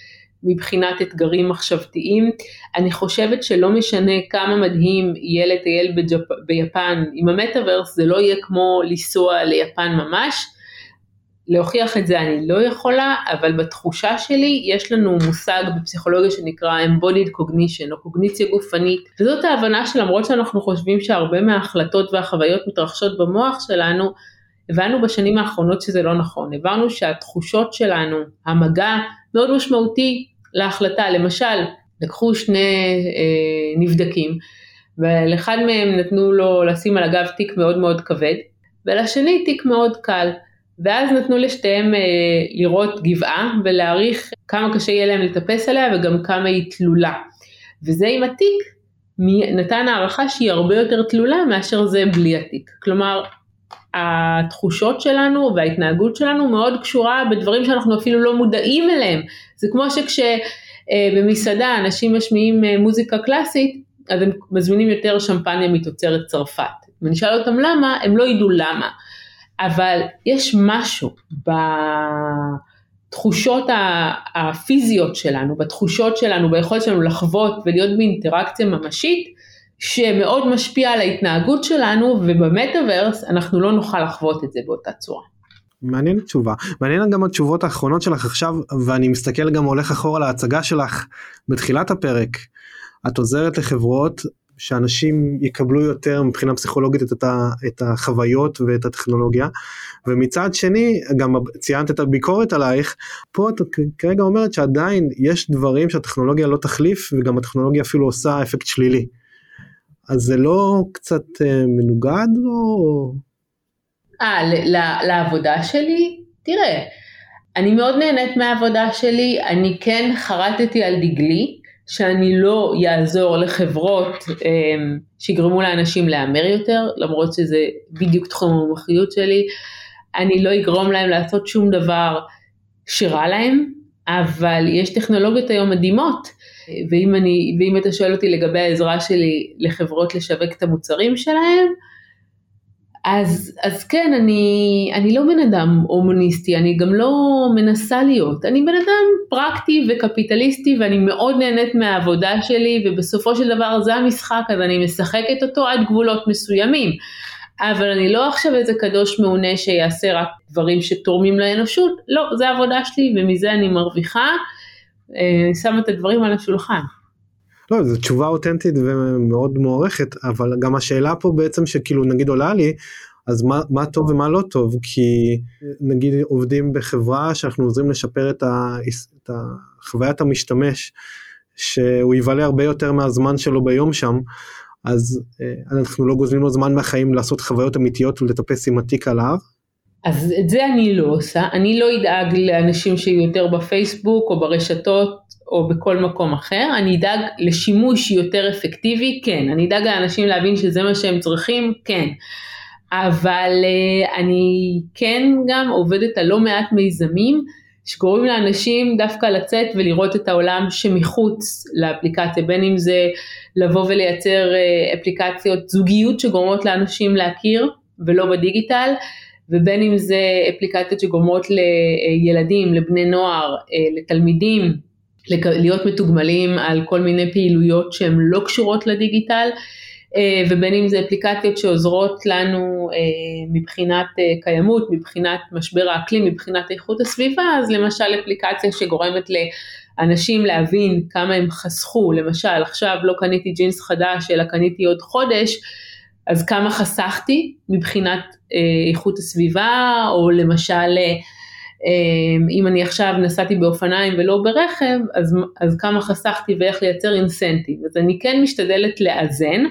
מבחינת אתגרים מחשבתיים. אני חושבת שלא משנה כמה מדהים יהיה לטייל ביפן, עם המטאברס זה לא יהיה כמו לנסוע ליפן ממש, להוכיח את זה אני לא יכולה, אבל בתחושה שלי יש לנו מושג בפסיכולוגיה שנקרא embodied cognition, או קוגניציה גופנית, וזאת ההבנה שלמרות שאנחנו חושבים שהרבה מההחלטות והחוויות מתרחשות במוח שלנו, הבנו בשנים האחרונות שזה לא נכון, הבנו שהתחושות שלנו, המגע מאוד משמעותי להחלטה, למשל, לקחו שני נבדקים, ולאחד מהם נתנו לו לשים על הגב תיק מאוד מאוד כבד, ולשני תיק מאוד קל, ואז נתנו לשתיהם לראות גבעה, ולהעריך כמה קשה יהיה להם לטפס עליה, וגם כמה היא תלולה. וזה עם התיק, נתן הערכה שהיא הרבה יותר תלולה, מאשר זה בלי התיק. כלומר, התחושות שלנו וההתנהגות שלנו מאוד קשורה בדברים שאנחנו אפילו לא מודעים אליהם. זה כמו שכשבמסעדה אנשים משמיעים מוזיקה קלאסית, אז הם מזמינים יותר שמפניה מתוצרת צרפת. ונשאל אותם למה, הם לא ידעו למה. אבל יש משהו בתחושות הפיזיות שלנו, בתחושות שלנו, ביכולת שלנו לחוות ולהיות באינטראקציה ממשית, שמאוד משפיע על ההתנהגות שלנו, ובמטאברס אנחנו לא נוכל לחוות את זה באותה צורה. מעניין תשובה. מעניין גם התשובות האחרונות שלך עכשיו, ואני מסתכל גם הולך אחורה להצגה שלך בתחילת הפרק. את עוזרת לחברות שאנשים יקבלו יותר מבחינה פסיכולוגית את החוויות ואת הטכנולוגיה, ומצד שני, גם ציינת את הביקורת עלייך, פה את כרגע אומרת שעדיין יש דברים שהטכנולוגיה לא תחליף, וגם הטכנולוגיה אפילו עושה אפקט שלילי. אז זה לא קצת מנוגד או... לעבודה שלי? תראה, אני מאוד נהנית מהעבודה שלי, אני כן חרטתי על דגלי, שאני לא יעזור לחברות שיגרמו לאנשים לאמר יותר, למרות שזה בדיוק תחום המומחיות שלי, אני לא אגרום להם לעשות שום דבר שרע להם, אבל יש טכנולוגיות היום מדהימות, ואם אתה שואל אותי לגבי העזרה שלי לחברות לשווק את המוצרים שלהם, אז כן, אני לא בן אדם הומניסטי, אני גם לא מנסה להיות, אני בן אדם פרקטי וקפיטליסטי, ואני מאוד נהנית מהעבודה שלי, ובסופו של דבר זה המשחק, אז אני משחקת אותו עד גבולות מסוימים, אבל אני לא עכשיו איזה קדוש מעונה שיעשה רק דברים שתורמים לאנושות, לא, זה העבודה שלי, ומזה אני מרוויחה, אני שמה את הדברים על השולחן. לא, זו תשובה אותנטית ומאוד מוערכת, אבל גם השאלה פה בעצם שכאילו נגיד עולה לי, אז מה טוב ומה לא טוב, כי נגיד עובדים בחברה שאנחנו עוזרים לשפר את חוויית המשתמש, שהוא יבלה הרבה יותר מהזמן שלו ביום שם, אז אנחנו לא גוזלים לו זמן מהחיים לעשות חוויות אמיתיות ולטפס עם התיק על ההר. אז את זה אני לא עושה, אני לא אדאג לאנשים שיהיו יותר בפייסבוק או ברשתות, או בכל מקום אחר, אני אדאג לשימוש יותר אפקטיבי, כן, אני אדאג לאנשים להבין שזה מה שהם צריכים, כן, אבל אני כן גם עובדת על לא מעט מיזמים, שקוראים לאנשים דווקא לצאת ולראות את העולם שמחוץ לאפליקציה, בין אם זה לבוא ולייצר אפליקציות זוגיות שגורמות לאנשים להכיר, ולא בדיגיטל, ובין אם זה אפליקציות שגורמות לילדים, לבני נוער, לתלמידים, להיות מתוגמלים על כל מיני פעילויות שהן לא קשורות לדיגיטל, ובין אם זה אפליקציות שעוזרות לנו מבחינת קיימות, מבחינת משבר האקלים, מבחינת איכות הסביבה, אז למשל אפליקציה שגורמת לאנשים להבין כמה הם חסכו, למשל עכשיו לא קניתי ג'ינס חדש, אלא קניתי עוד חודש, אז כמה חסכתי מבחינת איכות הסביבה, או למשל אם אני עכשיו נסעתי באופניים ולא ברכב, אז כמה חסכתי ואיך לייצר אינסנטיב. אז אני כן משתדלת לאזן,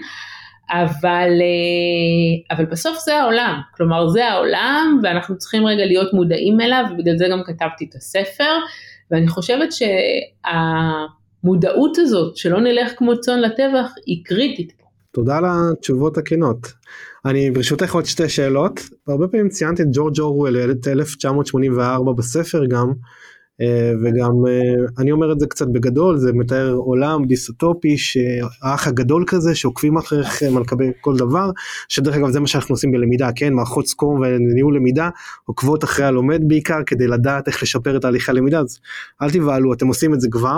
אבל בסוף זה העולם, כלומר זה העולם, ואנחנו צריכים רגע להיות מודעים אליו, ובגלל זה גם כתבתי את הספר, ואני חושבת שהמודעות הזאת, שלא נלך כמו צאן לטבח, היא קריטית. תודה על התשובות הכנות. אני ברשותך עוד שתי שאלות, והרבה פעמים ציינתי את ג'ורג' אורוול, 1984 בספר גם, וגם אני אומר את זה קצת בגדול, זה מתאר עולם דיסטופי, שהאח הגדול כזה, שעוקבים אחריכם על קבל כל דבר, שדרך אגב זה מה שאנחנו עושים בלמידה, כן, מערכות סקורם וניהול למידה, עוקבות אחרי הלומד בעיקר, כדי לדעת איך לשפר את תהליכי הלמידה, אז אל תבעלו, אתם עושים את זה כבר,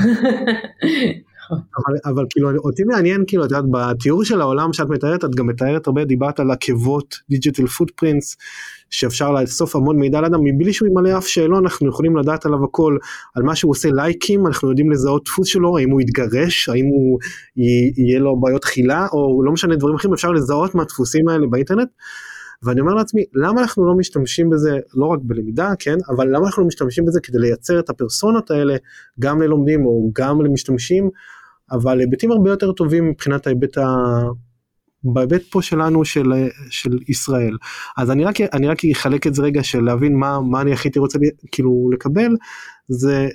אבל כאילו אותי מעניין, כאילו את יודעת, בתיאור של העולם שאת מתארת, את גם מתארת הרבה, דיברת על עקבות, דיג'יטל פוטפרינטס, שאפשר לאסוף המון מידע לאדם, מבלי שהוא ימלא אף שאלון, אנחנו יכולים לדעת עליו הכל, על מה שהוא עושה לייקים, אנחנו יודעים לזהות דפוס שלו, האם הוא יתגרש, האם הוא יהיה לו בעיות חילה, או לא משנה דברים אחרים, אפשר לזהות מהדפוסים האלה באינטרנט, ואני אומר לעצמי, למה אנחנו לא משתמשים בזה, לא רק בלמידה, כן, אבל למה אנחנו לא משתמשים בזה כדי לייצר את הפרסונות האלה, גם ללומדים או גם למשתמשים, אבל היבטים הרבה יותר טובים מבחינת בהיבט פה שלנו של ישראל. אז אני רק אחלק את זה רגע של להבין מה אני הכי רוצה כאילו לקבל, זה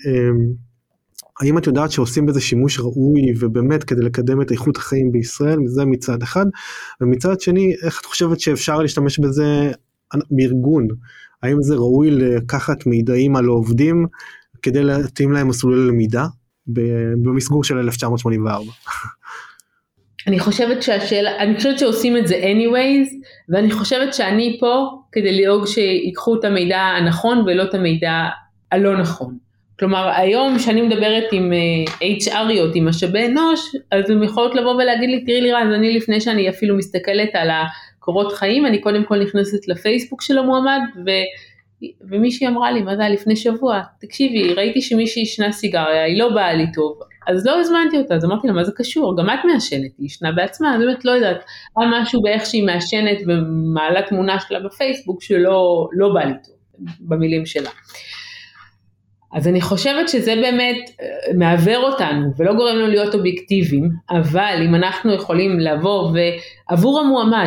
האם את יודעת שעושים בזה שימוש ראוי ובאמת כדי לקדם את איכות החיים בישראל, זה מצד אחד, ומצד שני איך את חושבת שאפשר להשתמש בזה בארגון, האם זה ראוי לקחת מידעים על העובדים כדי להתאים להם מסלולי למידה במסגור של 1984? אני חושבת שעושים את זה anyways, ואני חושבת שאני פה כדי לדאוג שיקחו את המידע הנכון ולא את המידע הלא נכון. כלומר, היום שאני מדברת עם HRיות, עם משאבי אנוש, אז הם יכולות לבוא ולהגיד לי, תראי לירז, אני לפני שאני אפילו מסתכלת על הקורות חיים, אני קודם כל נכנסת לפייסבוק של המועמד, ומישהי אמרה לי, מה זה לפני שבוע? תקשיבי, ראיתי שמישהי ישנה סיגריה, היא לא באה לי טוב, אז לא הזמנתי אותה, אז אמרתי לה, מה זה קשור? גם את מעשנת, היא ישנה בעצמה, אז באמת לא יודעת, היה משהו באיך שהיא מעשנת ומעלה תמונה שלה בפייסבוק שלא בא לי טוב, במילים שלה. אז אני חושבת שזה באמת מעבר אותנו, ולא גורם לנו להיות אובייקטיביים, אבל אם אנחנו יכולים לבוא ועבור המועמד,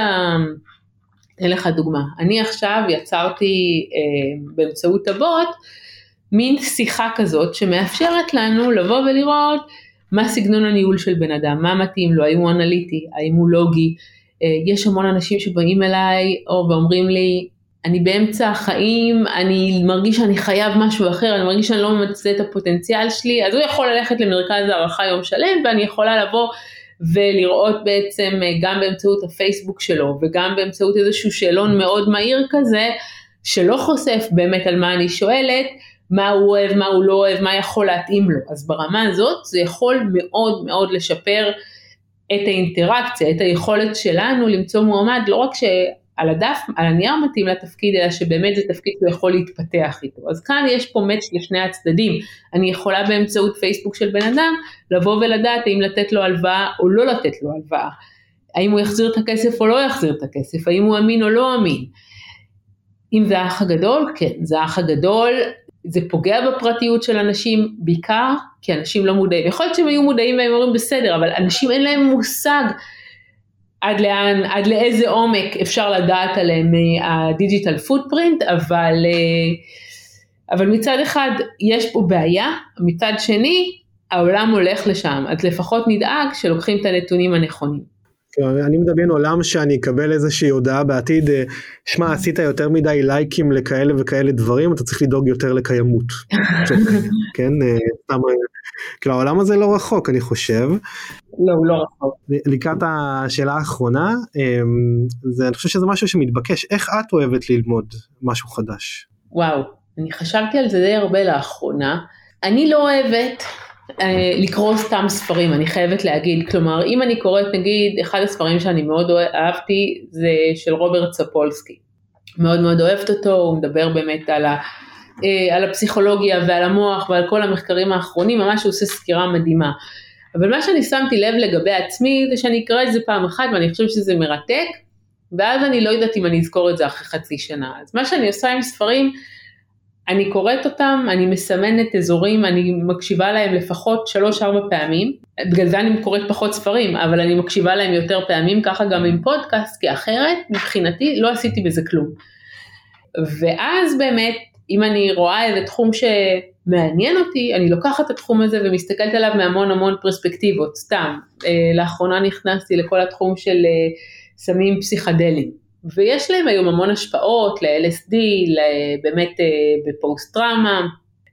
אתן לך דוגמה, אני עכשיו יצרתי באמצעות הבוט, מין שיחה כזאת שמאפשרת לנו לבוא ולראות מה סגנון הניהול של בן אדם, מה מתאים לו, האם הוא אנליטי, האם הוא לוגי, יש המון אנשים שבאים אליי ואומרים לי, אני באמצע החיים, אני מרגיש שאני חייב משהו אחר, אני מרגיש שאני לא ממצא את הפוטנציאל שלי, אז הוא יכול ללכת למרכז הערכה יום שלם, ואני יכולה לבוא ולראות בעצם גם באמצעות הפייסבוק שלו, וגם באמצעות איזשהו שאלון מאוד מהיר כזה, שלא חושף באמת על מה אני שואלת, מה הוא אוהב, מה הוא לא אוהב, מה יכול להתאים לו. אז ברמה הזאת זה יכול מאוד מאוד לשפר את האינטראקציה, את היכולת שלנו למצוא מועמד, לא רק שעל הדף, על הנייר מתאים לתפקיד, אלא שבאמת זה תפקיד שהוא יכול להתפתח איתו. אז כאן יש פה מאץ' לשני הצדדים. אני יכולה באמצעות פייסבוק של בן אדם, לבוא ולדעת האם לתת לו הלוואה או לא לתת לו הלוואה. האם הוא יחזיר את הכסף או לא יחזיר את הכסף, האם הוא אמין או לא אמין. אם זה האח הגדול, כן, זה האח הגדול, זה פוגע בפרטיות של אנשים, בעיקר כי אנשים לא מודעים. יכול להיות שהם היו מודעים והם אומרים בסדר, אבל אנשים אין להם מושג עד לאן, עד לאיזה עומק אפשר לדעת עליהם מהדיג'יטל פוטפרינט, אבל מצד אחד יש פה בעיה, מצד שני העולם הולך לשם, אז לפחות נדאג שלוקחים את הנתונים הנכונים. אני מדמיין עולם שאני אקבל איזושהי הודעה בעתיד, שמע, עשית יותר מדי לייקים לכאלה וכאלה דברים, אתה צריך לדאוג יותר לקיימות. כן, כאילו העולם הזה לא רחוק, אני חושב. לא, הוא לא רחוק. לקראת השאלה האחרונה, אני חושב שזה משהו שמתבקש, איך את אוהבת ללמוד משהו חדש? וואו, אני חשבתי על זה די הרבה לאחרונה, אני לא אוהבת לקרוא סתם ספרים, אני חייבת להגיד, כלומר, אם אני קוראת, נגיד, אחד הספרים שאני מאוד אהבתי, זה של רוברט ספולסקי, מאוד מאוד אוהבת אותו, הוא מדבר באמת על הפסיכולוגיה ועל המוח ועל כל המחקרים האחרונים, ממש הוא עושה סקירה מדהימה, אבל מה שאני שמתי לב לגבי עצמי, זה שאני אקרא את זה פעם אחת, ואני חושבת שזה מרתק, ואז אני לא יודעת אם אני אזכור את זה אחרי חצי שנה, אז מה שאני עושה עם ספרים, אני קוראת אותם, אני מסמנת אזורים, אני מקשיבה להם לפחות 3-4 פעמים, בגלל זה אני קוראת פחות ספרים, אבל אני מקשיבה להם יותר פעמים, ככה גם עם פודקאסט, כי אחרת מבחינתי לא עשיתי בזה כלום. ואז באמת, אם אני רואה איזה תחום שמעניין אותי, אני לוקחת את התחום הזה ומסתכלת עליו מהמון המון פרספקטיבות, סתם. לאחרונה נכנסתי לכל התחום של סמים פסיכדליים. ויש להם היום המון השפעות ל-LSD, באמת בפוסט-טראומה,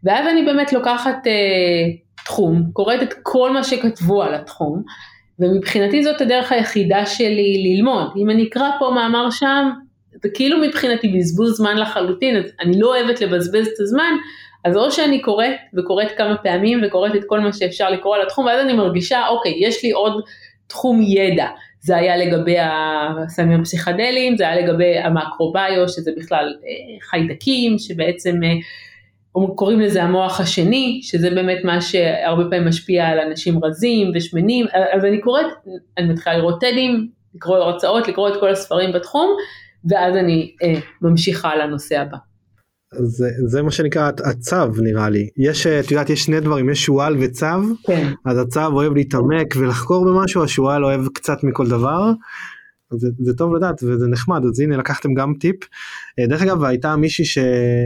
ואז אני באמת לוקחת תחום, קוראת את כל מה שכתבו על התחום, ומבחינתי זאת הדרך היחידה שלי ללמוד. אם אני אקרא פה מאמר שם, זה כאילו מבחינתי בזבוז זמן לחלוטין, אז אני לא אוהבת לבזבז את הזמן, אז או שאני קוראת, וקוראת כמה פעמים, וקוראת את כל מה שאפשר לקרוא על התחום, ואז אני מרגישה, אוקיי, יש לי עוד תחום ידע, זה היה לגבי הסמים הפסיכדליים, זה היה לגבי המקרוביו, שזה בכלל חיידקים, שבעצם קוראים לזה המוח השני, שזה באמת מה שהרבה פעמים משפיע על אנשים רזים ושמנים, אז אני קוראת, אני מתחילה לראות טדים, לקרוא הרצאות, לקרוא את כל הספרים בתחום, ואז אני ממשיכה לנושא הבא. זה מה שנקרא הצו נראה לי, יש, את יודעת, יש שני דברים, יש שואל וצו, כן. אז הצו אוהב להתעמק ולחקור במשהו, השואל אוהב קצת מכל דבר, זה טוב לדעת וזה נחמד, אז הנה לקחתם גם טיפ. דרך אגב, הייתה מישהי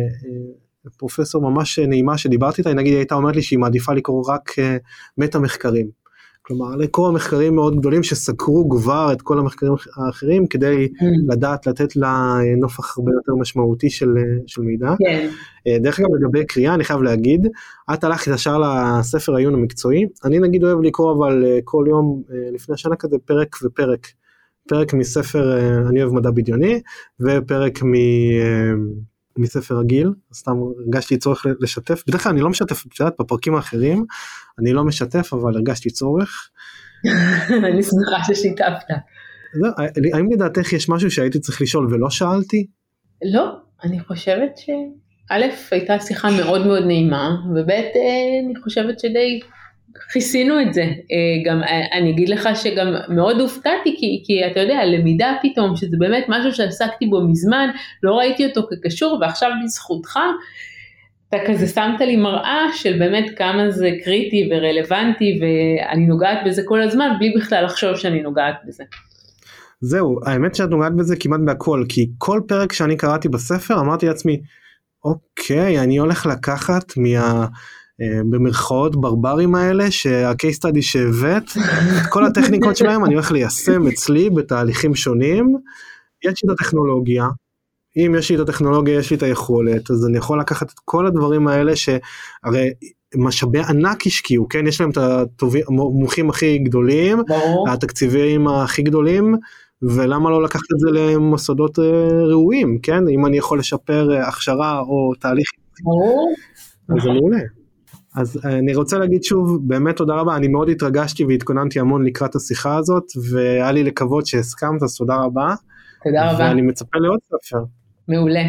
פרופסור ממש נעימה שדיברתי איתה, נגיד הייתה אומרת לי שהיא מעדיפה לקרוא רק מטה מחקרים, כלומר לקרוא מחקרים מאוד גדולים שסקרו כבר את כל המחקרים האחרים, כדי לדעת לתת לה נופח הרבה יותר משמעותי של מידע. דרך אגב לגבי קריאה אני חייב להגיד, את הלכת ישר לספר העיון המקצועי, אני נגיד אוהב לקרוא אבל כל יום לפני השנה כזה פרק ופרק, פרק מספר אני אוהב מדע בדיוני, ופרק מספר רגיל, סתם הרגשתי צורך לשתף, בדרך כלל אני לא משתף, בפרקים האחרים, אני לא משתף, אבל הרגשתי צורך. אני שמחה ששיתפת. האם לדעתך יש משהו שהייתי צריך לשאול ולא שאלתי? לא, אני חושבת שא' הייתה שיחה מאוד מאוד נעימה, וב' אני חושבת שדי חיסינו את זה. גם אני אגיד לך שגם מאוד הופתעתי, כי אתה יודע, למידה פתאום, שזה באמת משהו שעסקתי בו מזמן, לא ראיתי אותו כקשור, ועכשיו בזכותך, אתה כזה שמת לי מראה של באמת כמה זה קריטי ורלוונטי, ואני נוגעת בזה כל הזמן, בלי בכלל לחשוב שאני נוגעת בזה. זהו, האמת שאת נוגעת בזה כמעט בהכל, כי כל פרק שאני קראתי בספר, אמרתי לעצמי, אוקיי, אני הולך לקחת במרכאות ברברים האלה, שה-case study שהבאת, את כל הטכניקות שלהם אני הולך ליישם אצלי בתהליכים שונים, יש לי את הטכנולוגיה, אם יש לי את הטכנולוגיה, יש לי את היכולת, אז אני יכול לקחת את כל הדברים האלה, שהרי משאבי ענק השקיעו, כן, יש להם את המומחים הכי גדולים, התקציבים הכי גדולים, ולמה לא לקחת את זה למוסדות ראויים, כן, אם אני יכול לשפר הכשרה או תהליך, אז זה מעולה. אז אני רוצה להגיד שוב, באמת תודה רבה, אני מאוד התרגשתי והתכוננתי המון לקראת השיחה הזאת, והיה לי לקוות שהסכמת, אז תודה רבה. תודה רבה. ואני מצפה לעוד ספר. מעולה.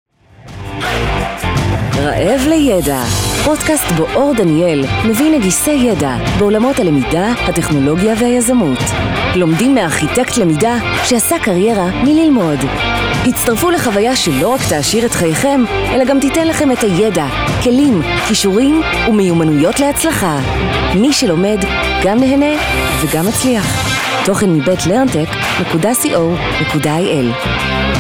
רעב לידע, פודקאסט בו אור דניאל מביא נגיסי ידע בעולמות הלמידה, הטכנולוגיה והיזמות. לומדים מארכיטקט למידה שעשה קריירה מללמוד. הצטרפו לחוויה שלא רק תעשיר את חייכם, אלא גם תיתן לכם את הידע, כלים, כישורים ומיומנויות להצלחה. מי שלומד גם נהנה וגם מצליח. תוכן מבית learntech.co.il